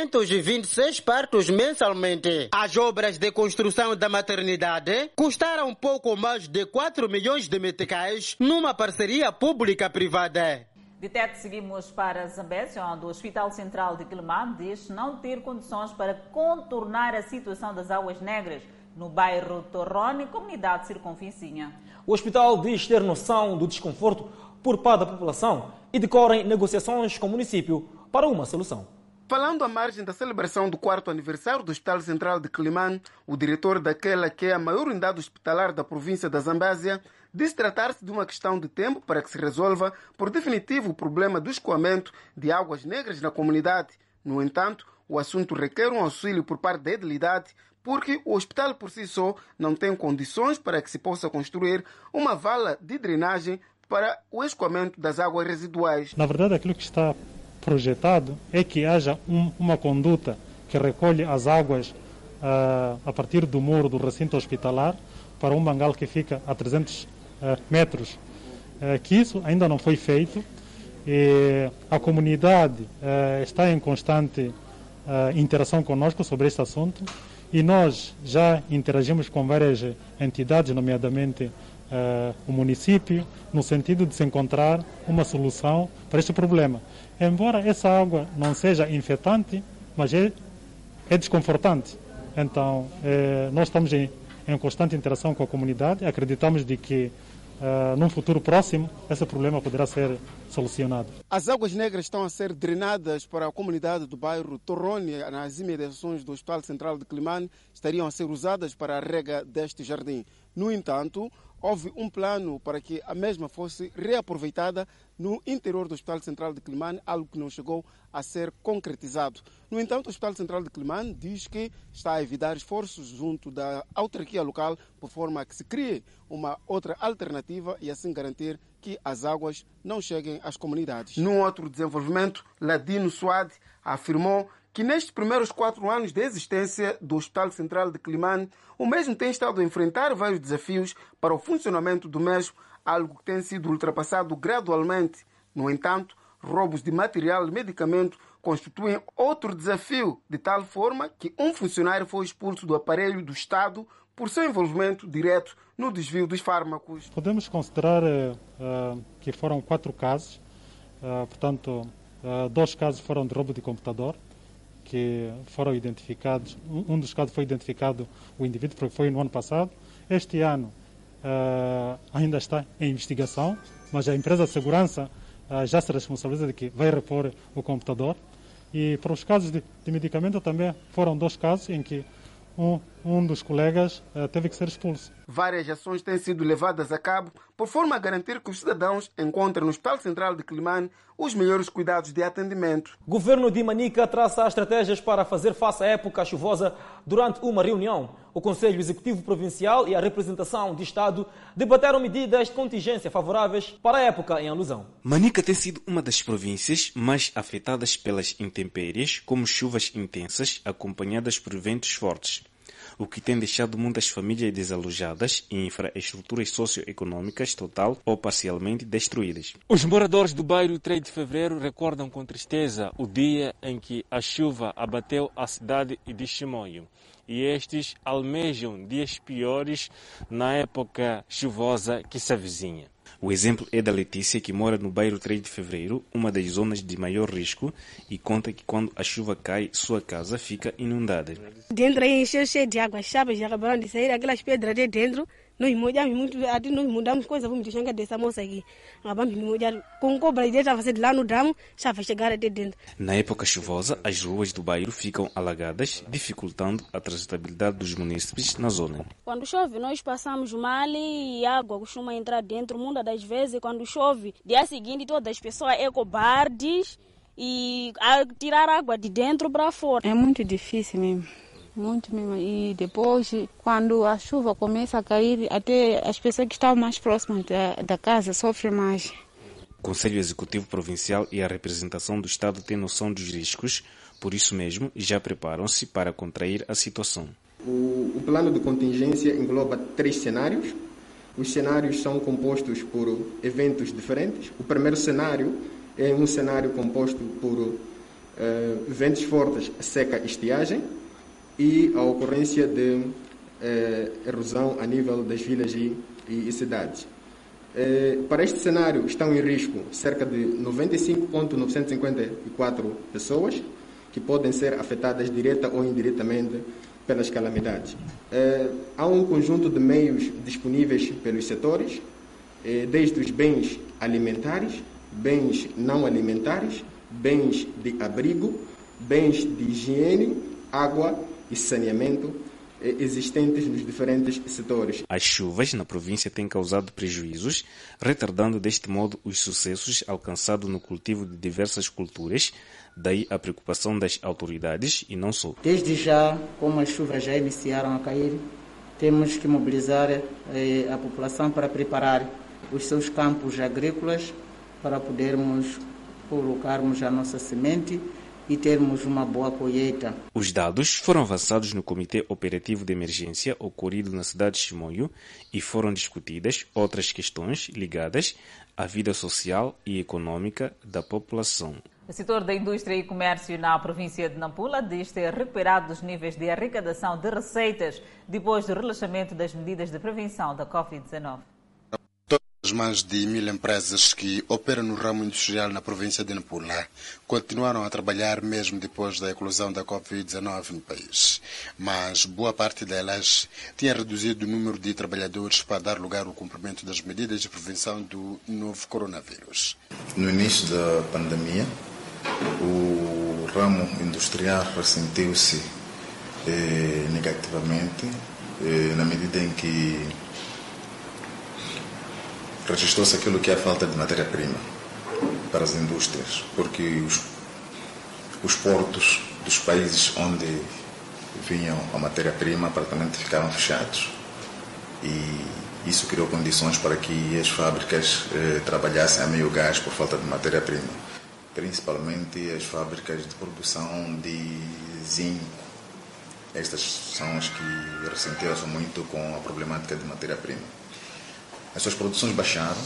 526 partos mensalmente. As obras de construção da maternidade custaram pouco mais de 4 milhões de meticais numa parceria pública-privada. De Tete seguimos para Zambésia, onde o Hospital Central de Quelimane diz não ter condições para contornar a situação das águas negras no bairro Torrone, comunidade circunvizinha. O hospital diz ter noção do desconforto por parte da população e decorrem negociações com o município para uma solução. Falando à margem da celebração do 4º aniversário do Hospital Central de Quelimane, o diretor daquela que é a maior unidade hospitalar da província da Zambésia disse tratar-se de uma questão de tempo para que se resolva por definitivo o problema do escoamento de águas negras na comunidade. No entanto, o assunto requer um auxílio por parte da edilidade, porque o hospital por si só não tem condições para que se possa construir uma vala de drenagem para o escoamento das águas residuais. Na verdade, aquilo que está projetado é que haja uma conduta que recolhe as águas a partir do muro do recinto hospitalar para um mangal que fica a 300 metros. Que isso ainda não foi feito. E a comunidade está em constante interação conosco sobre este assunto e nós já interagimos com várias entidades, nomeadamente o município, no sentido de se encontrar uma solução para este problema. Embora essa água não seja infetante, mas é desconfortante. Então, nós estamos em constante interação com a comunidade, acreditamos de que num futuro próximo esse problema poderá ser solucionado. As águas negras estão a ser drenadas para a comunidade do bairro Torrone, nas imediações do Hospital Central de Quelimane, estariam a ser usadas para a rega deste jardim. No entanto, houve um plano para que a mesma fosse reaproveitada no interior do Hospital Central de Quelimane, algo que não chegou a ser concretizado. No entanto, o Hospital Central de Quelimane diz que está a evitar esforços junto da autarquia local por forma a que se crie uma outra alternativa e assim garantir que as águas não cheguem às comunidades. Num outro desenvolvimento, Ladino Suade afirmou que nestes primeiros 4 anos de existência do Hospital Central de Quelimane, o mesmo tem estado a enfrentar vários desafios para o funcionamento do mesmo, algo que tem sido ultrapassado gradualmente. No entanto, roubos de material e medicamento constituem outro desafio, de tal forma que um funcionário foi expulso do aparelho do Estado por seu envolvimento direto no desvio dos fármacos. Podemos considerar que foram 4 casos, portanto, 2 casos foram de roubo de computador, que foram identificados. Um dos casos foi identificado o indivíduo, porque foi no ano passado. Este ano ainda está em investigação, mas a empresa de segurança já se responsabiliza de que vai repor o computador. E para os casos de medicamento também foram 2 casos em que um dos colegas teve que ser expulso. Várias ações têm sido levadas a cabo por forma a garantir que os cidadãos encontrem no Hospital Central de Quelimane os melhores cuidados de atendimento. O governo de Manica traça estratégias para fazer face à época chuvosa durante uma reunião. O Conselho Executivo Provincial e a representação de Estado debateram medidas de contingência favoráveis para a época em alusão. Manica tem sido uma das províncias mais afetadas pelas intempéries, como chuvas intensas acompanhadas por ventos fortes, o que tem deixado muitas famílias desalojadas e infraestruturas socioeconômicas total ou parcialmente destruídas. Os moradores do bairro 3 de Fevereiro recordam com tristeza o dia em que a chuva abateu a cidade de Chimoio. E estes almejam dias piores na época chuvosa que se avizinha. O exemplo é da Letícia, que mora no bairro 3 de Fevereiro, uma das zonas de maior risco, e conta que quando a chuva cai, sua casa fica inundada. Dentro aí encheu cheio de água, as chapas já acabaram de sair, aquelas pedras de dentro. Nós molhamos muito, até nós mudamos coisas, vamos deixar dessa moça aqui. Acabamos de molhar com cobra, e estava de lá no damo, já vai chegar até dentro. Na época chuvosa, as ruas do bairro ficam alagadas, dificultando a transitabilidade dos munícipes na zona. Quando chove, nós passamos mal e a água costuma entrar dentro. Muitas das vezes, quando chove, dia seguinte, todas as pessoas ecobardes e tirar água de dentro para fora. É muito difícil mesmo. Muito mesmo. E depois, quando a chuva começa a cair, até as pessoas que estão mais próximas da casa sofrem mais. O Conselho Executivo Provincial e a representação do Estado têm noção dos riscos, por isso mesmo já preparam-se para contrair a situação. O plano de contingência engloba 3 cenários. Os cenários são compostos por eventos diferentes. O primeiro cenário é um cenário composto por ventos fortes, seca e estiagem, e a ocorrência de erosão a nível das vilas e cidades. Para este cenário estão em risco cerca de 95.954 pessoas que podem ser afetadas direta ou indiretamente pelas calamidades. Há um conjunto de meios disponíveis pelos setores, desde os bens alimentares, bens não alimentares, bens de abrigo, bens de higiene, água e saneamento existentes nos diferentes setores. As chuvas na província têm causado prejuízos, retardando deste modo os sucessos alcançados no cultivo de diversas culturas, daí a preocupação das autoridades e não só. Desde já, como as chuvas já iniciaram a cair, temos que mobilizar a população para preparar os seus campos agrícolas para podermos colocarmos a nossa semente e termos uma boa colheita. Os dados foram avançados no Comitê Operativo de Emergência ocorrido na cidade de Chimoio e foram discutidas outras questões ligadas à vida social e econômica da população. O setor da indústria e comércio na província de Nampula diz ter recuperado os níveis de arrecadação de receitas depois do relaxamento das medidas de prevenção da Covid-19. As mais de 1.000 empresas que operam no ramo industrial na província de Nampula continuaram a trabalhar mesmo depois da eclosão da Covid-19 no país. Mas boa parte delas tinha reduzido o número de trabalhadores para dar lugar ao cumprimento das medidas de prevenção do novo coronavírus. No início da pandemia, o ramo industrial ressentiu-se negativamente na medida em que registrou-se aquilo que é a falta de matéria-prima para as indústrias, porque os portos dos países onde vinham a matéria-prima praticamente ficaram fechados e isso criou condições para que as fábricas trabalhassem a meio gás por falta de matéria-prima, principalmente as fábricas de produção de zinco. Estas são as que ressentiram-se muito com a problemática de matéria-prima. As suas produções baixaram,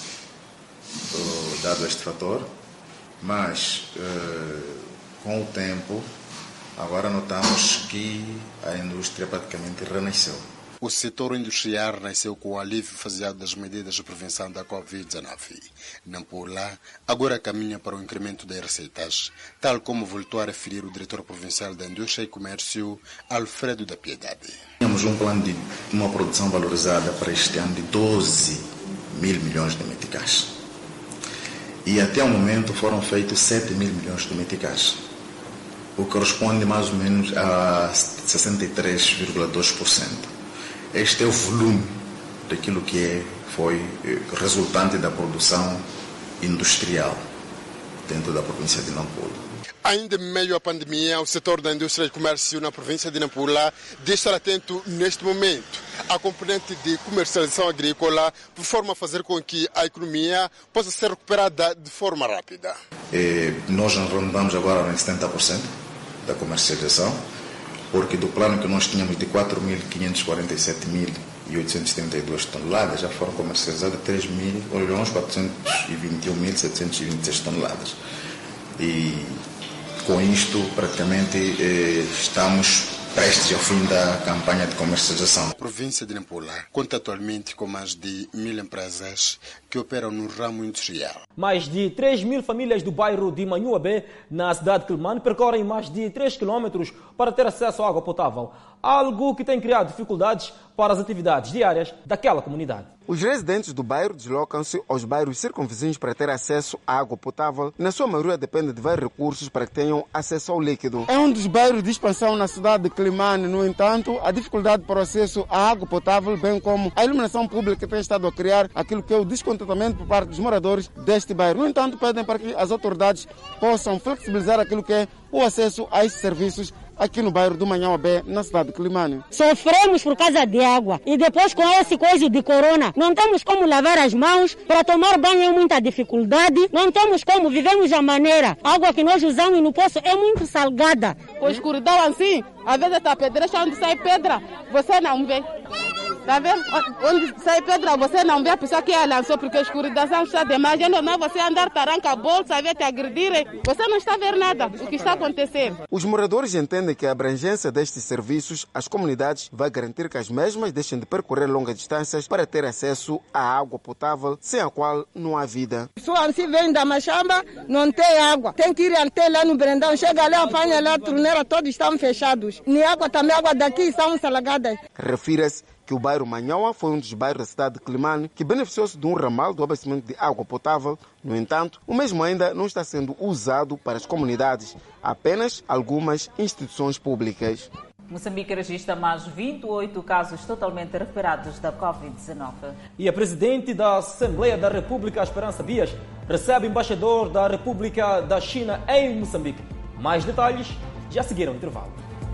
dado este fator, mas com o tempo, agora notamos que a indústria praticamente renasceu. O setor industrial nasceu com o alívio faseado das medidas de prevenção da Covid-19. Nampula agora caminha para o incremento das receitas, tal como voltou a referir o diretor provincial da Indústria e Comércio, Alfredo da Piedade. Tínhamos um plano de uma produção valorizada para este ano de 12 mil milhões de meticais. E até o momento foram feitos 7 mil milhões de meticais, o que corresponde mais ou menos a 63,2%. Este é o volume daquilo que foi resultante da produção industrial dentro da província de Nampula. Ainda em meio à pandemia, o setor da indústria e comércio na província de Nampula deve estar atento neste momento à componente de comercialização agrícola, de forma a fazer com que a economia possa ser recuperada de forma rápida. Nós rondamos agora em 70% da comercialização, porque do plano que nós tínhamos de 4.547.832 toneladas, já foram comercializadas 3.421.726 toneladas. E com isto, praticamente, estamos prestes ao fim da campanha de comercialização. A província de Nampula conta atualmente com mais de 1.000 empresas que operam no ramo industrial. Mais de 3.000 famílias do bairro de Manhuabé, na cidade de Quelimane, percorrem mais de 3 km para ter acesso à água potável, algo que tem criado dificuldades para as atividades diárias daquela comunidade. Os residentes do bairro deslocam-se aos bairros circunvizinhos para ter acesso à água potável. Na sua maioria depende de vários recursos para que tenham acesso ao líquido. É um dos bairros de expansão na cidade de Quelimane. No entanto, a dificuldade para o acesso à água potável, bem como a iluminação pública, tem estado a criar aquilo que é o descontentamento por parte dos moradores deste bairro. No entanto, pedem para que as autoridades possam flexibilizar aquilo que é o acesso a esses serviços aqui no bairro do Manhuabé, na cidade de Quelimane. Sofremos por causa de água e depois com esse coisa de corona, não temos como lavar as mãos, para tomar banho é muita dificuldade, não temos como, vivemos a maneira. A água que nós usamos no poço é muito salgada. Com escuridão assim, às vezes está pedreira, onde sai pedra, você não vê. Tá vendo? Onde sai pedra, você não vê a pessoa que a lançou, porque a escuridão está demais. É normal você andar, taranca a bolsa, ver te agredirem. Você não está a ver nada do que está acontecendo. Os moradores entendem que a abrangência destes serviços às comunidades vai garantir que as mesmas deixem de percorrer longas distâncias para ter acesso à água potável, sem a qual não há vida. Pessoa se vem da Machamba, não tem água. Tem que ir até lá no Brendão, chega lá, apanha lá, a torneira, todos estão fechados. Nem água também, água daqui estão salgadas. Refira-se que o bairro Manhaua foi um dos bairros da cidade de Quelimane que beneficiou-se de um ramal do abastecimento de água potável. No entanto, o mesmo ainda não está sendo usado para as comunidades, apenas algumas instituições públicas. Moçambique registra mais 28 casos totalmente recuperados da Covid-19. E a presidente da Assembleia da República, Esperança Bias, recebe o embaixador da República da China em Moçambique. Mais detalhes já seguiram o intervalo.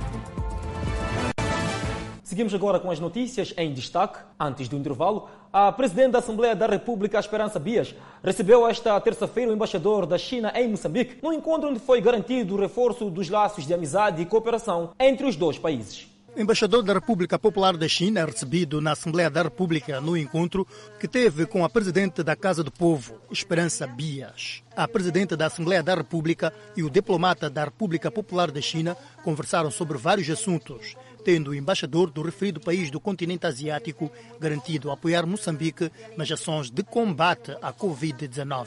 Seguimos agora com as notícias em destaque. Antes do intervalo, a presidente da Assembleia da República, Esperança Bias, recebeu esta terça-feira o embaixador da China em Moçambique, num encontro onde foi garantido o reforço dos laços de amizade e cooperação entre os dois países. O embaixador da República Popular da China é recebido na Assembleia da República no encontro que teve com a presidente da Casa do Povo, Esperança Bias. A presidente da Assembleia da República e o diplomata da República Popular da China conversaram sobre vários assuntos, tendo o embaixador do referido país do continente asiático garantido apoiar Moçambique nas ações de combate à Covid-19.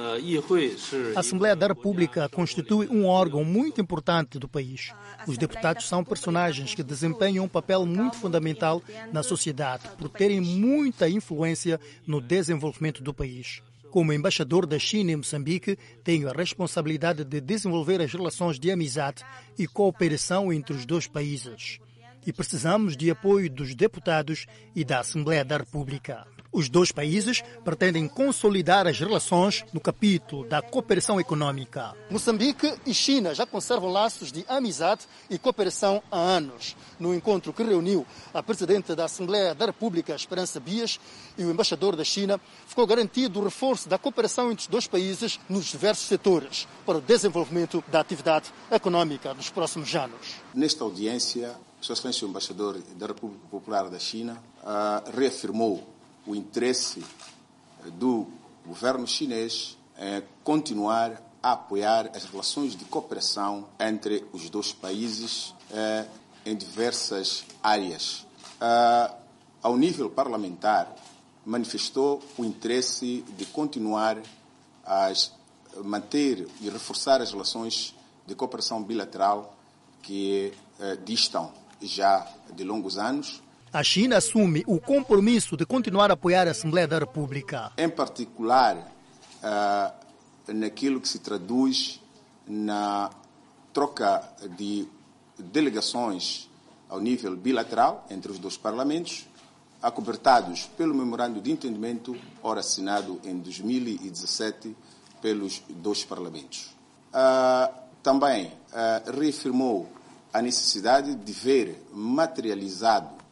A Assembleia da República constitui um órgão muito importante do país. Os deputados são personagens que desempenham um papel muito fundamental na sociedade por terem muita influência no desenvolvimento do país. Como embaixador da China em Moçambique, tenho a responsabilidade de desenvolver as relações de amizade e cooperação entre os dois países. E precisamos de apoio dos deputados e da Assembleia da República. Os dois países pretendem consolidar as relações no capítulo da cooperação econômica. Moçambique e China já conservam laços de amizade e cooperação há anos. No encontro que reuniu a presidente da Assembleia da República, Esperança Bias, e o embaixador da China, ficou garantido o reforço da cooperação entre os dois países nos diversos setores para o desenvolvimento da atividade econômica nos próximos anos. Nesta audiência, Sua Excelência o embaixador da República Popular da China reafirmou o interesse do governo chinês em continuar a apoiar as relações de cooperação entre os dois países em diversas áreas. Ao nível parlamentar, manifestou o interesse de continuar a manter e reforçar as relações de cooperação bilateral que distam já de longos anos. A China assume o compromisso de continuar a apoiar a Assembleia da República. Em particular, naquilo que se traduz na troca de delegações ao nível bilateral entre os dois parlamentos, acobertados pelo Memorando de Entendimento, ora assinado em 2017 pelos dois parlamentos. Também reafirmou a necessidade de ver materializado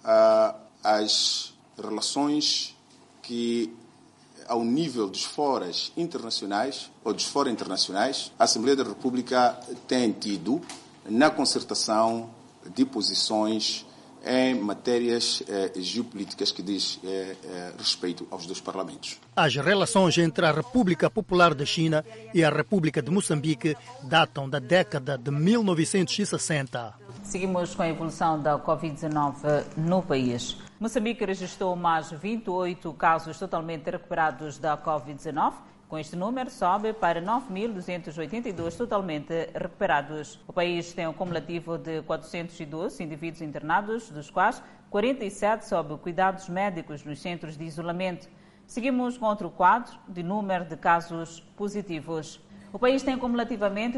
as relações que, ao nível dos foros internacionais ou dos fóruns internacionais, a Assembleia da República tem tido na concertação de posições em matérias geopolíticas que diz respeito aos dois parlamentos. As relações entre a República Popular da China e a República de Moçambique datam da década de 1960. Seguimos com a evolução da Covid-19 no país. Moçambique registrou mais 28 casos totalmente recuperados da Covid-19. Com este número, sobe para 9.282 totalmente recuperados. O país tem um cumulativo de 412 indivíduos internados, dos quais 47 sob cuidados médicos nos centros de isolamento. Seguimos com outro quadro de número de casos positivos. O país tem cumulativamente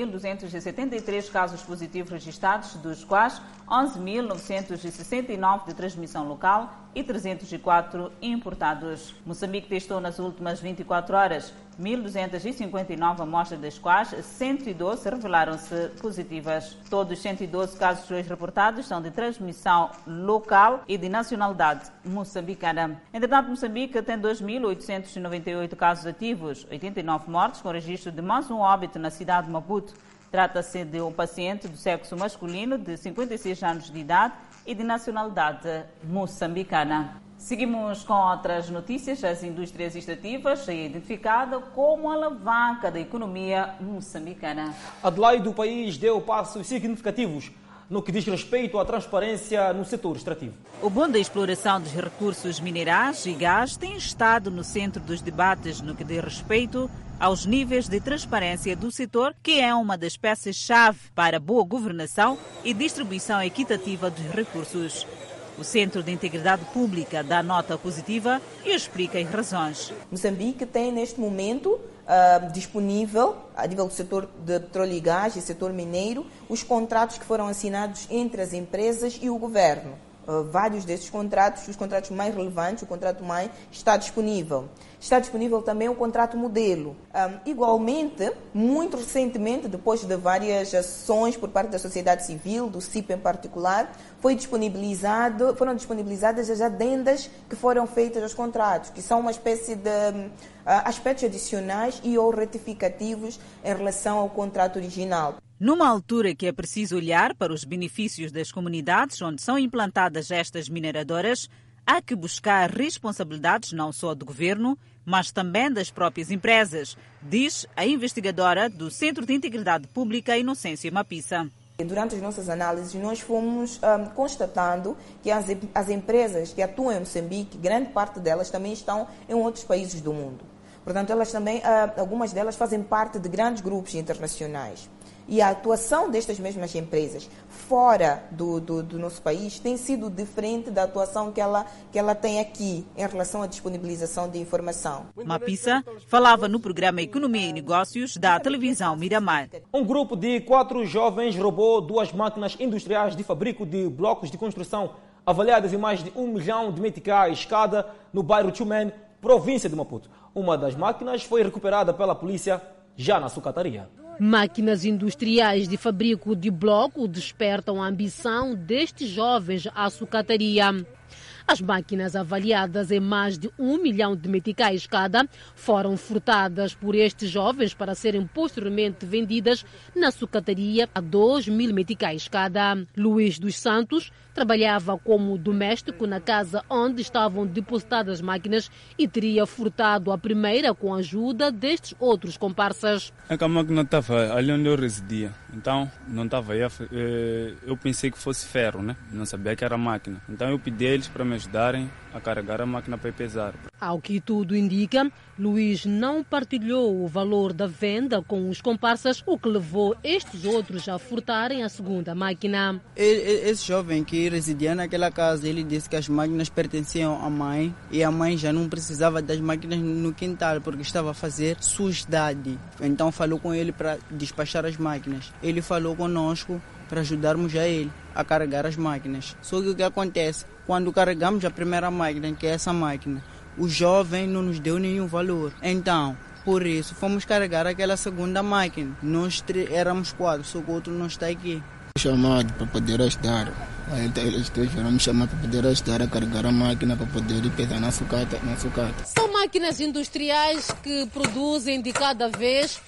12.273 casos positivos registrados, dos quais 11.969 de transmissão local e 304 importados. Moçambique testou nas últimas 24 horas 1.259 amostras, das quais 112 revelaram-se positivas. Todos os 112 casos hoje reportados são de transmissão local e de nacionalidade moçambicana. Entretanto, Moçambique tem 2.898 casos ativos, 89 mortes, com registro de mais um óbito na cidade de Maputo. Trata-se de um paciente do sexo masculino de 56 anos de idade e de nacionalidade moçambicana. Seguimos com outras notícias. As indústrias extrativas é identificada como a alavanca da economia moçambicana. Adelaide, do país deu passos significativos no que diz respeito à transparência no setor extrativo. O boom da exploração dos recursos minerais e gás tem estado no centro dos debates no que diz respeito aos níveis de transparência do setor, que é uma das peças-chave para a boa governação e distribuição equitativa dos recursos. O Centro de Integridade Pública dá nota positiva e explica as razões. Moçambique tem, neste momento, disponível, a nível do setor de petróleo e gás e setor mineiro, os contratos que foram assinados entre as empresas e o governo. Vários desses contratos, os contratos mais relevantes, o contrato mãe, está disponível. Está disponível também o contrato modelo. Igualmente, muito recentemente, depois de várias ações por parte da sociedade civil, do CIP em particular, foram disponibilizadas as adendas que foram feitas aos contratos, que são uma espécie de aspectos adicionais e ou retificativos em relação ao contrato original. Numa altura que é preciso olhar para os benefícios das comunidades onde são implantadas estas mineradoras, há que buscar responsabilidades não só do governo, mas também das próprias empresas, diz a investigadora do Centro de Integridade Pública, Inocência Mapissa. Durante as nossas análises, nós fomos constatando que as empresas que atuam em Moçambique, grande parte delas também estão em outros países do mundo. Portanto, elas também, algumas delas fazem parte de grandes grupos internacionais. E a atuação destas mesmas empresas fora do nosso país tem sido diferente da atuação que ela tem aqui em relação à disponibilização de informação. Mapissa falava no programa Economia e Negócios da televisão Miramar. Um grupo de 4 jovens roubou 2 máquinas industriais de fabrico de blocos de construção avaliadas em mais de 1 milhão de meticais cada no bairro Chumene, província de Maputo. Uma das máquinas foi recuperada pela polícia já na sucataria. Máquinas industriais de fabrico de bloco despertam a ambição destes jovens à sucataria. As máquinas, avaliadas em mais de 1 milhão de meticais cada, foram furtadas por estes jovens para serem posteriormente vendidas na sucataria a 2.000 meticais cada. Luís dos Santos trabalhava como doméstico na casa onde estavam depositadas as máquinas e teria furtado a primeira com a ajuda destes outros comparsas. É que a máquina estava ali onde eu residia, então não estava aí. Eu pensei que fosse ferro, né? Não sabia que era máquina. Então eu pedi a eles para me ajudarem a carregar a máquina para pesar. Ao que tudo indica, Luís não partilhou o valor da venda com os comparsas, o que levou estes outros a furtarem a segunda máquina. Esse jovem que residia naquela casa, ele disse que as máquinas pertenciam à mãe e a mãe já não precisava das máquinas no quintal porque estava a fazer sujidade. Então falou com ele para despachar as máquinas. Ele falou conosco para ajudarmos a ele a carregar as máquinas. Só que o que acontece? Quando carregamos a primeira máquina, que é essa máquina, o jovem não nos deu nenhum valor. Então, por isso, fomos carregar aquela segunda máquina. Nós éramos 4, só que o outro não está aqui. Chamado para poder ajudar. Eles vieram me chamar para poder ajudar a carregar a máquina para poder ir pesar na sucata. São máquinas industriais que produzem de cada vez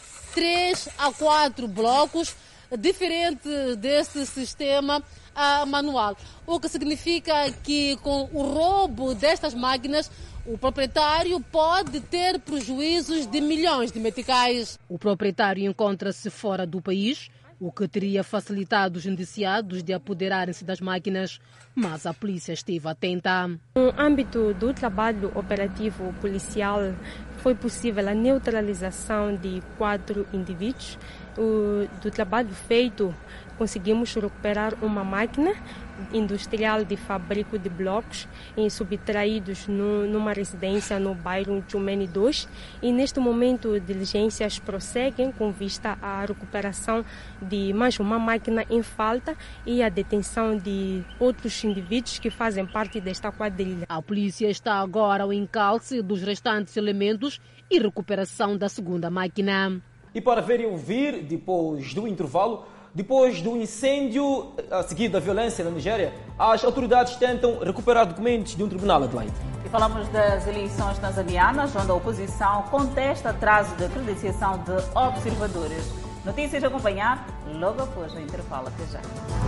3 a 4 blocos, diferente deste sistema manual. O que significa que com o roubo destas máquinas, o proprietário pode ter prejuízos de milhões de meticais. O proprietário encontra-se fora do país, o que teria facilitado os indiciados de apoderarem-se das máquinas, mas a polícia esteve atenta. No âmbito do trabalho operativo policial, foi possível a neutralização de 4 indivíduos. Do trabalho feito, conseguimos recuperar uma máquina industrial de fabrico de blocos subtraídos numa residência no bairro Chumeni 2, e neste momento diligências prosseguem com vista à recuperação de mais uma máquina em falta e a detenção de outros indivíduos que fazem parte desta quadrilha. A polícia está agora ao encalce dos restantes elementos e recuperação da segunda máquina. E para ver e ouvir, depois do intervalo, depois do incêndio a seguir da violência na Nigéria, as autoridades tentam recuperar documentos de um tribunal, Adelaide. E falamos das eleições tanzanianas, onde a oposição contesta atraso de credenciação de observadores. Notícias a acompanhar logo após o intervalo. Até já.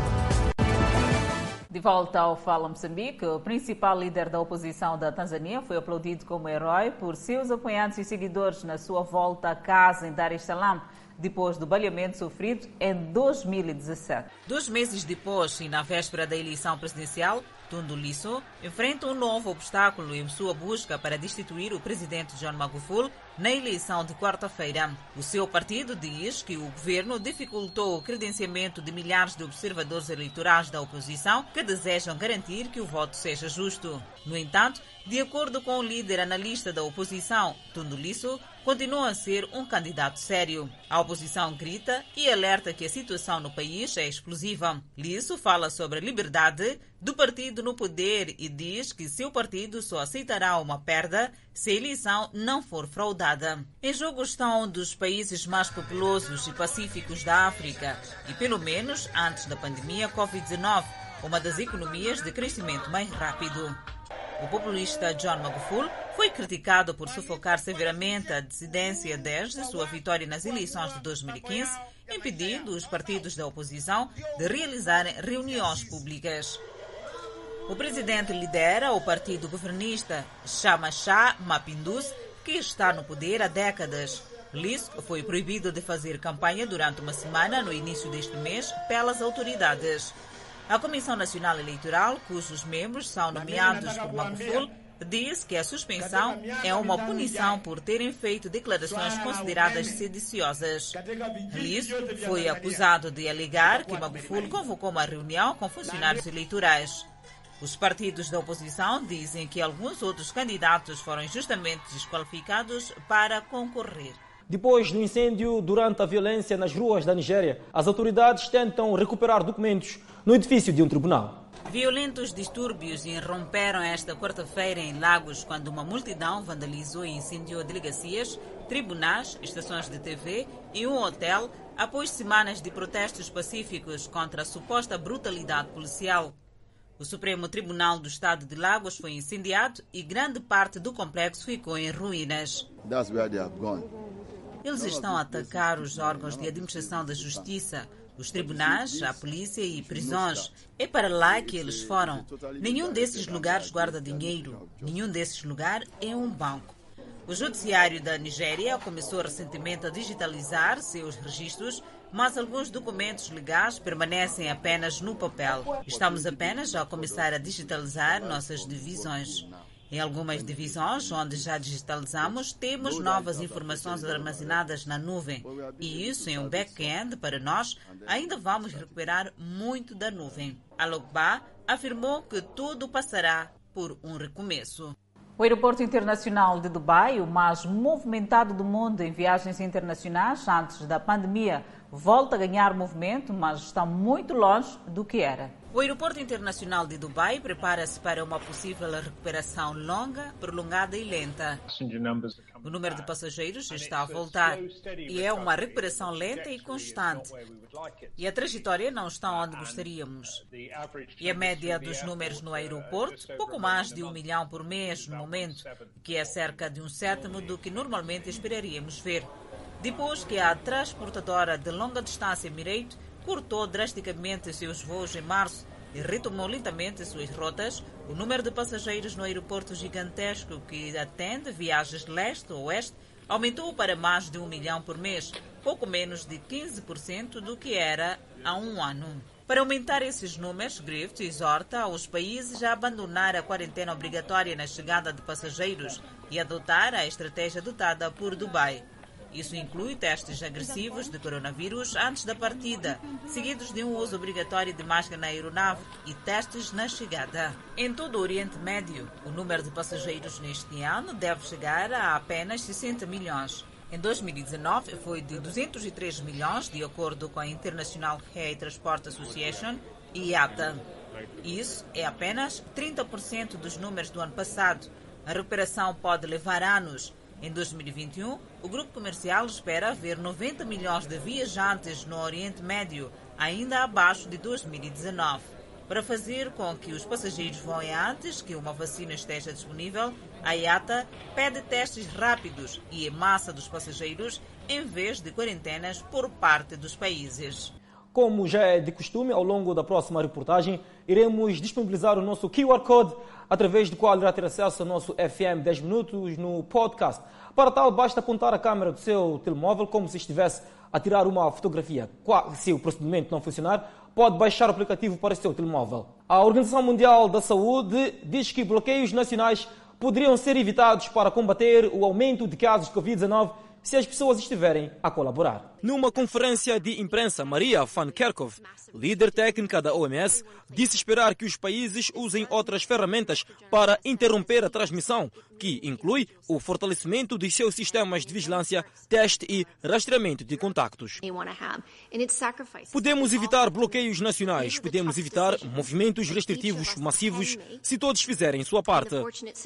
De volta ao Fala Moçambique, o principal líder da oposição da Tanzânia foi aplaudido como herói por seus apoiantes e seguidores na sua volta a casa em Dar es Salaam, depois do baleamento sofrido em 2017. 2 meses depois e na véspera da eleição presidencial, Tundu Lissu enfrenta um novo obstáculo em sua busca para destituir o presidente John Magufuli na eleição de quarta-feira. O seu partido diz que o governo dificultou o credenciamento de milhares de observadores eleitorais da oposição que desejam garantir que o voto seja justo. No entanto, de acordo com o líder analista da oposição, Tundu Lissu continua a ser um candidato sério. A oposição grita e alerta que a situação no país é explosiva. Lissu fala sobre a liberdade do partido no poder e diz que seu partido só aceitará uma perda se a eleição não for fraudada. Em jogo estão um dos países mais populosos e pacíficos da África e, pelo menos antes da pandemia Covid-19, uma das economias de crescimento mais rápido. O populista John Magufuli foi criticado por sufocar severamente a dissidência desde sua vitória nas eleições de 2015, impedindo os partidos da oposição de realizarem reuniões públicas. O presidente lidera o partido governista Chama Cha Mapinduzi, que está no poder há décadas. Lissu foi proibido de fazer campanha durante uma semana no início deste mês pelas autoridades. A Comissão Nacional Eleitoral, cujos membros são nomeados por Magufuli, diz que a suspensão é uma punição por terem feito declarações consideradas sediciosas. Lissu foi acusado de alegar que Magufuli convocou uma reunião com funcionários eleitorais. Os partidos da oposição dizem que alguns outros candidatos foram injustamente desqualificados para concorrer. Depois do incêndio durante a violência nas ruas da Nigéria, as autoridades tentam recuperar documentos no edifício de um tribunal. Violentos distúrbios irromperam esta quarta-feira em Lagos quando uma multidão vandalizou e incendiou delegacias, tribunais, estações de TV e um hotel após semanas de protestos pacíficos contra a suposta brutalidade policial. O Supremo Tribunal do Estado de Lagos foi incendiado e grande parte do complexo ficou em ruínas. Eles estão a atacar os órgãos de administração da justiça, os tribunais, a polícia e prisões. É para lá que eles foram. Nenhum desses lugares guarda dinheiro. Nenhum desses lugares é um banco. O Judiciário da Nigéria começou recentemente a digitalizar seus registros, mas alguns documentos legais permanecem apenas no papel. Estamos apenas a começar a digitalizar nossas divisões. Em algumas divisões onde já digitalizamos, temos novas informações armazenadas na nuvem. E isso é um back-end para nós. Ainda vamos recuperar muito da nuvem. Alogba afirmou que tudo passará por um recomeço. O aeroporto internacional de Dubai, o mais movimentado do mundo em viagens internacionais antes da pandemia, volta a ganhar movimento, mas está muito longe do que era. O aeroporto internacional de Dubai prepara-se para uma possível recuperação longa, prolongada e lenta. O número de passageiros está a voltar e é uma recuperação lenta e constante. E a trajetória não está onde gostaríamos. E a média dos números no aeroporto, pouco mais de 1 milhão por mês no momento, que é cerca de 1/7 do que normalmente esperaríamos ver. Depois que a transportadora de longa distância Emirates cortou drasticamente seus voos em março e retomou lentamente suas rotas, o número de passageiros no aeroporto gigantesco que atende viagens de leste a oeste aumentou para mais de 1 milhão por mês, pouco menos de 15% do que era há um ano. Para aumentar esses números, Grift exorta os países a abandonar a quarentena obrigatória na chegada de passageiros e adotar a estratégia adotada por Dubai. Isso inclui testes agressivos de coronavírus antes da partida, seguidos de um uso obrigatório de máscara na aeronave e testes na chegada. Em todo o Oriente Médio, o número de passageiros neste ano deve chegar a apenas 60 milhões. Em 2019, foi de 203 milhões, de acordo com a International Air Transport Association, IATA. Isso é apenas 30% dos números do ano passado. A recuperação pode levar anos. Em 2021, o grupo comercial espera ver 90 milhões de viajantes no Oriente Médio, ainda abaixo de 2019. Para fazer com que os passageiros voem antes que uma vacina esteja disponível, a IATA pede testes rápidos e em massa dos passageiros, em vez de quarentenas por parte dos países. Como já é de costume, ao longo da próxima reportagem, iremos disponibilizar o nosso QR Code, através do qual irá ter acesso ao nosso FM 10 Minutos no podcast. Para tal, basta apontar a câmera do seu telemóvel como se estivesse a tirar uma fotografia. Se o procedimento não funcionar, pode baixar o aplicativo para o seu telemóvel. A Organização Mundial da Saúde diz que bloqueios nacionais poderiam ser evitados para combater o aumento de casos de Covid-19 se as pessoas estiverem a colaborar. Numa conferência de imprensa, Maria van Kerkhove, líder técnica da OMS, disse esperar que os países usem outras ferramentas para interromper a transmissão, que inclui o fortalecimento de seus sistemas de vigilância, teste e rastreamento de contactos. Podemos evitar bloqueios nacionais, podemos evitar movimentos restritivos massivos se todos fizerem sua parte.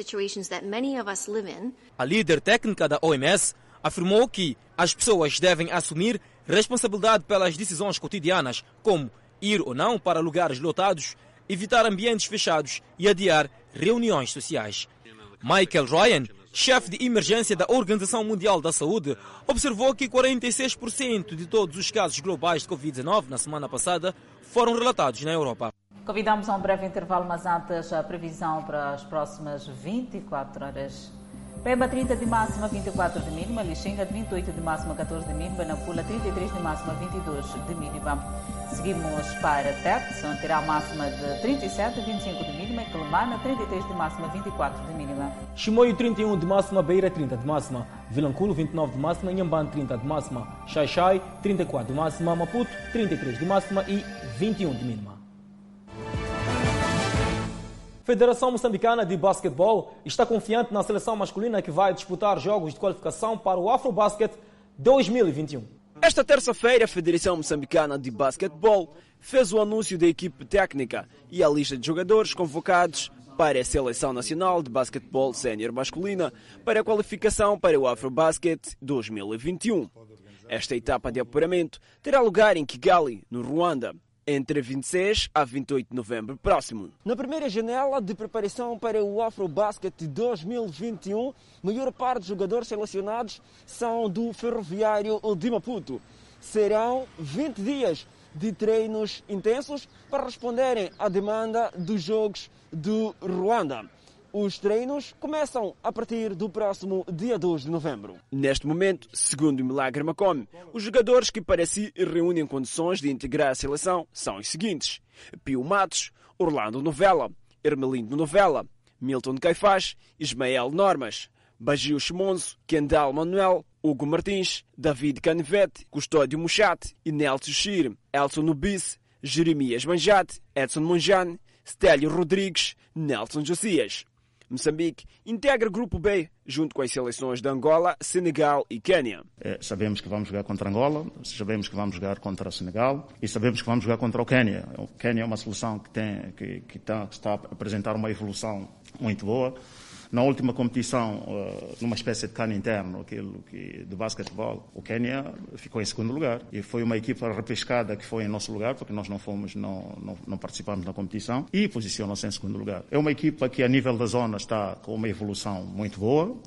A líder técnica da OMS afirmou que as pessoas devem assumir responsabilidade pelas decisões cotidianas, como ir ou não para lugares lotados, evitar ambientes fechados e adiar reuniões sociais. Michael Ryan, chefe de emergência da Organização Mundial da Saúde, observou que 46% de todos os casos globais de Covid-19 na semana passada foram relatados na Europa. Convidamos a um breve intervalo, mas antes a previsão para as próximas 24 horas. Pemba 30 de máxima, 24 de mínima. Lixinga 28 de máxima, 14 de mínima. Nampula 33 de máxima, 22 de mínima. Seguimos para Tete, onde terá máxima de 37, 25 de mínima. E Quelimane 33 de máxima, 24 de mínima. Chimoio 31 de máxima, Beira 30 de máxima. Vilanculo 29 de máxima, Inhambane 30 de máxima. Xai-Xai 34 de máxima, Maputo 33 de máxima e 21 de mínima. Federação Moçambicana de Basquetebol está confiante na seleção masculina que vai disputar jogos de qualificação para o Afrobasket 2021. Esta terça-feira, a Federação Moçambicana de Basquetebol fez o anúncio da equipe técnica e a lista de jogadores convocados para a Seleção Nacional de Basquetebol Sénior Masculina para a qualificação para o Afrobasket 2021. Esta etapa de apuramento terá lugar em Kigali, no Ruanda, entre 26 a 28 de novembro próximo. Na primeira janela de preparação para o Afrobasket 2021, a maior parte dos jogadores selecionados são do Ferroviário de Maputo. Serão 20 dias de treinos intensos para responderem à demanda dos Jogos do Ruanda. Os treinos começam a partir do próximo dia 2 de novembro. Neste momento, segundo o Milagre Macome, os jogadores que para si reúnem condições de integrar a seleção são os seguintes: Pio Matos, Orlando Novella, Hermelindo Novella, Milton Caifás, Ismael Normas, Bagio Chimonzo, Kendall Manuel, Hugo Martins, David Canivete, Custódio Muchate, Inelso Chir, Elson Nubice, Jeremias Manjate, Edson Monjane, Stélio Rodrigues, Nelson Josias. Moçambique integra o Grupo B, junto com as seleções de Angola, Senegal e Quênia. Sabemos que vamos jogar contra Angola, sabemos que vamos jogar contra o Senegal e sabemos que vamos jogar contra o Quênia. O Quênia é uma seleção que está a apresentar uma evolução muito boa. Na última competição, numa espécie de cano interno, de basquetebol, o Quênia ficou em segundo lugar. E foi uma equipa repescada que foi em nosso lugar, porque nós não participamos na competição, e posicionou-se em segundo lugar. É uma equipa que, a nível da zona, está com uma evolução muito boa.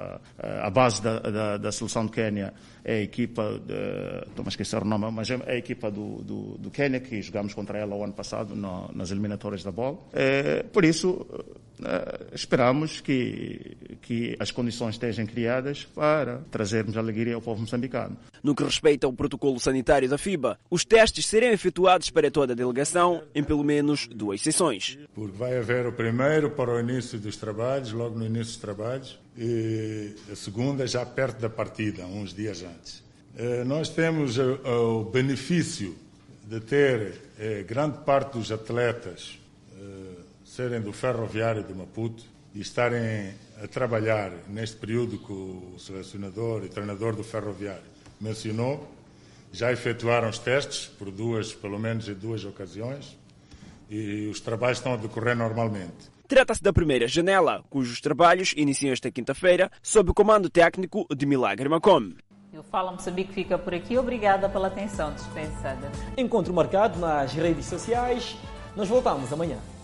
A base da seleção do Quênia é a equipa, estou a esquecer o nome, mas é a equipa do Quênia, que jogamos contra ela o ano passado nas eliminatórias da bola. Por isso, esperamos que que as condições estejam criadas para trazermos alegria ao povo moçambicano. No que respeita ao protocolo sanitário da FIBA, os testes serão efetuados para toda a delegação em pelo menos 2 sessões. Porque vai haver o primeiro para o início dos trabalhos, logo no início dos trabalhos, e a segunda já perto da partida, uns dias antes. Nós temos o benefício de ter grande parte dos atletas serem do Ferroviário de Maputo e estarem a trabalhar neste período que o selecionador e treinador do Ferroviário mencionou. Já efetuaram os testes pelo menos em 2 ocasiões, e os trabalhos estão a decorrer normalmente. Trata-se da primeira janela, cujos trabalhos iniciam esta quinta-feira, sob o comando técnico de Milagre Macome. O Fala Moçambique fica por aqui. Obrigada pela atenção dispensada. Encontro marcado nas redes sociais. Nós voltamos amanhã.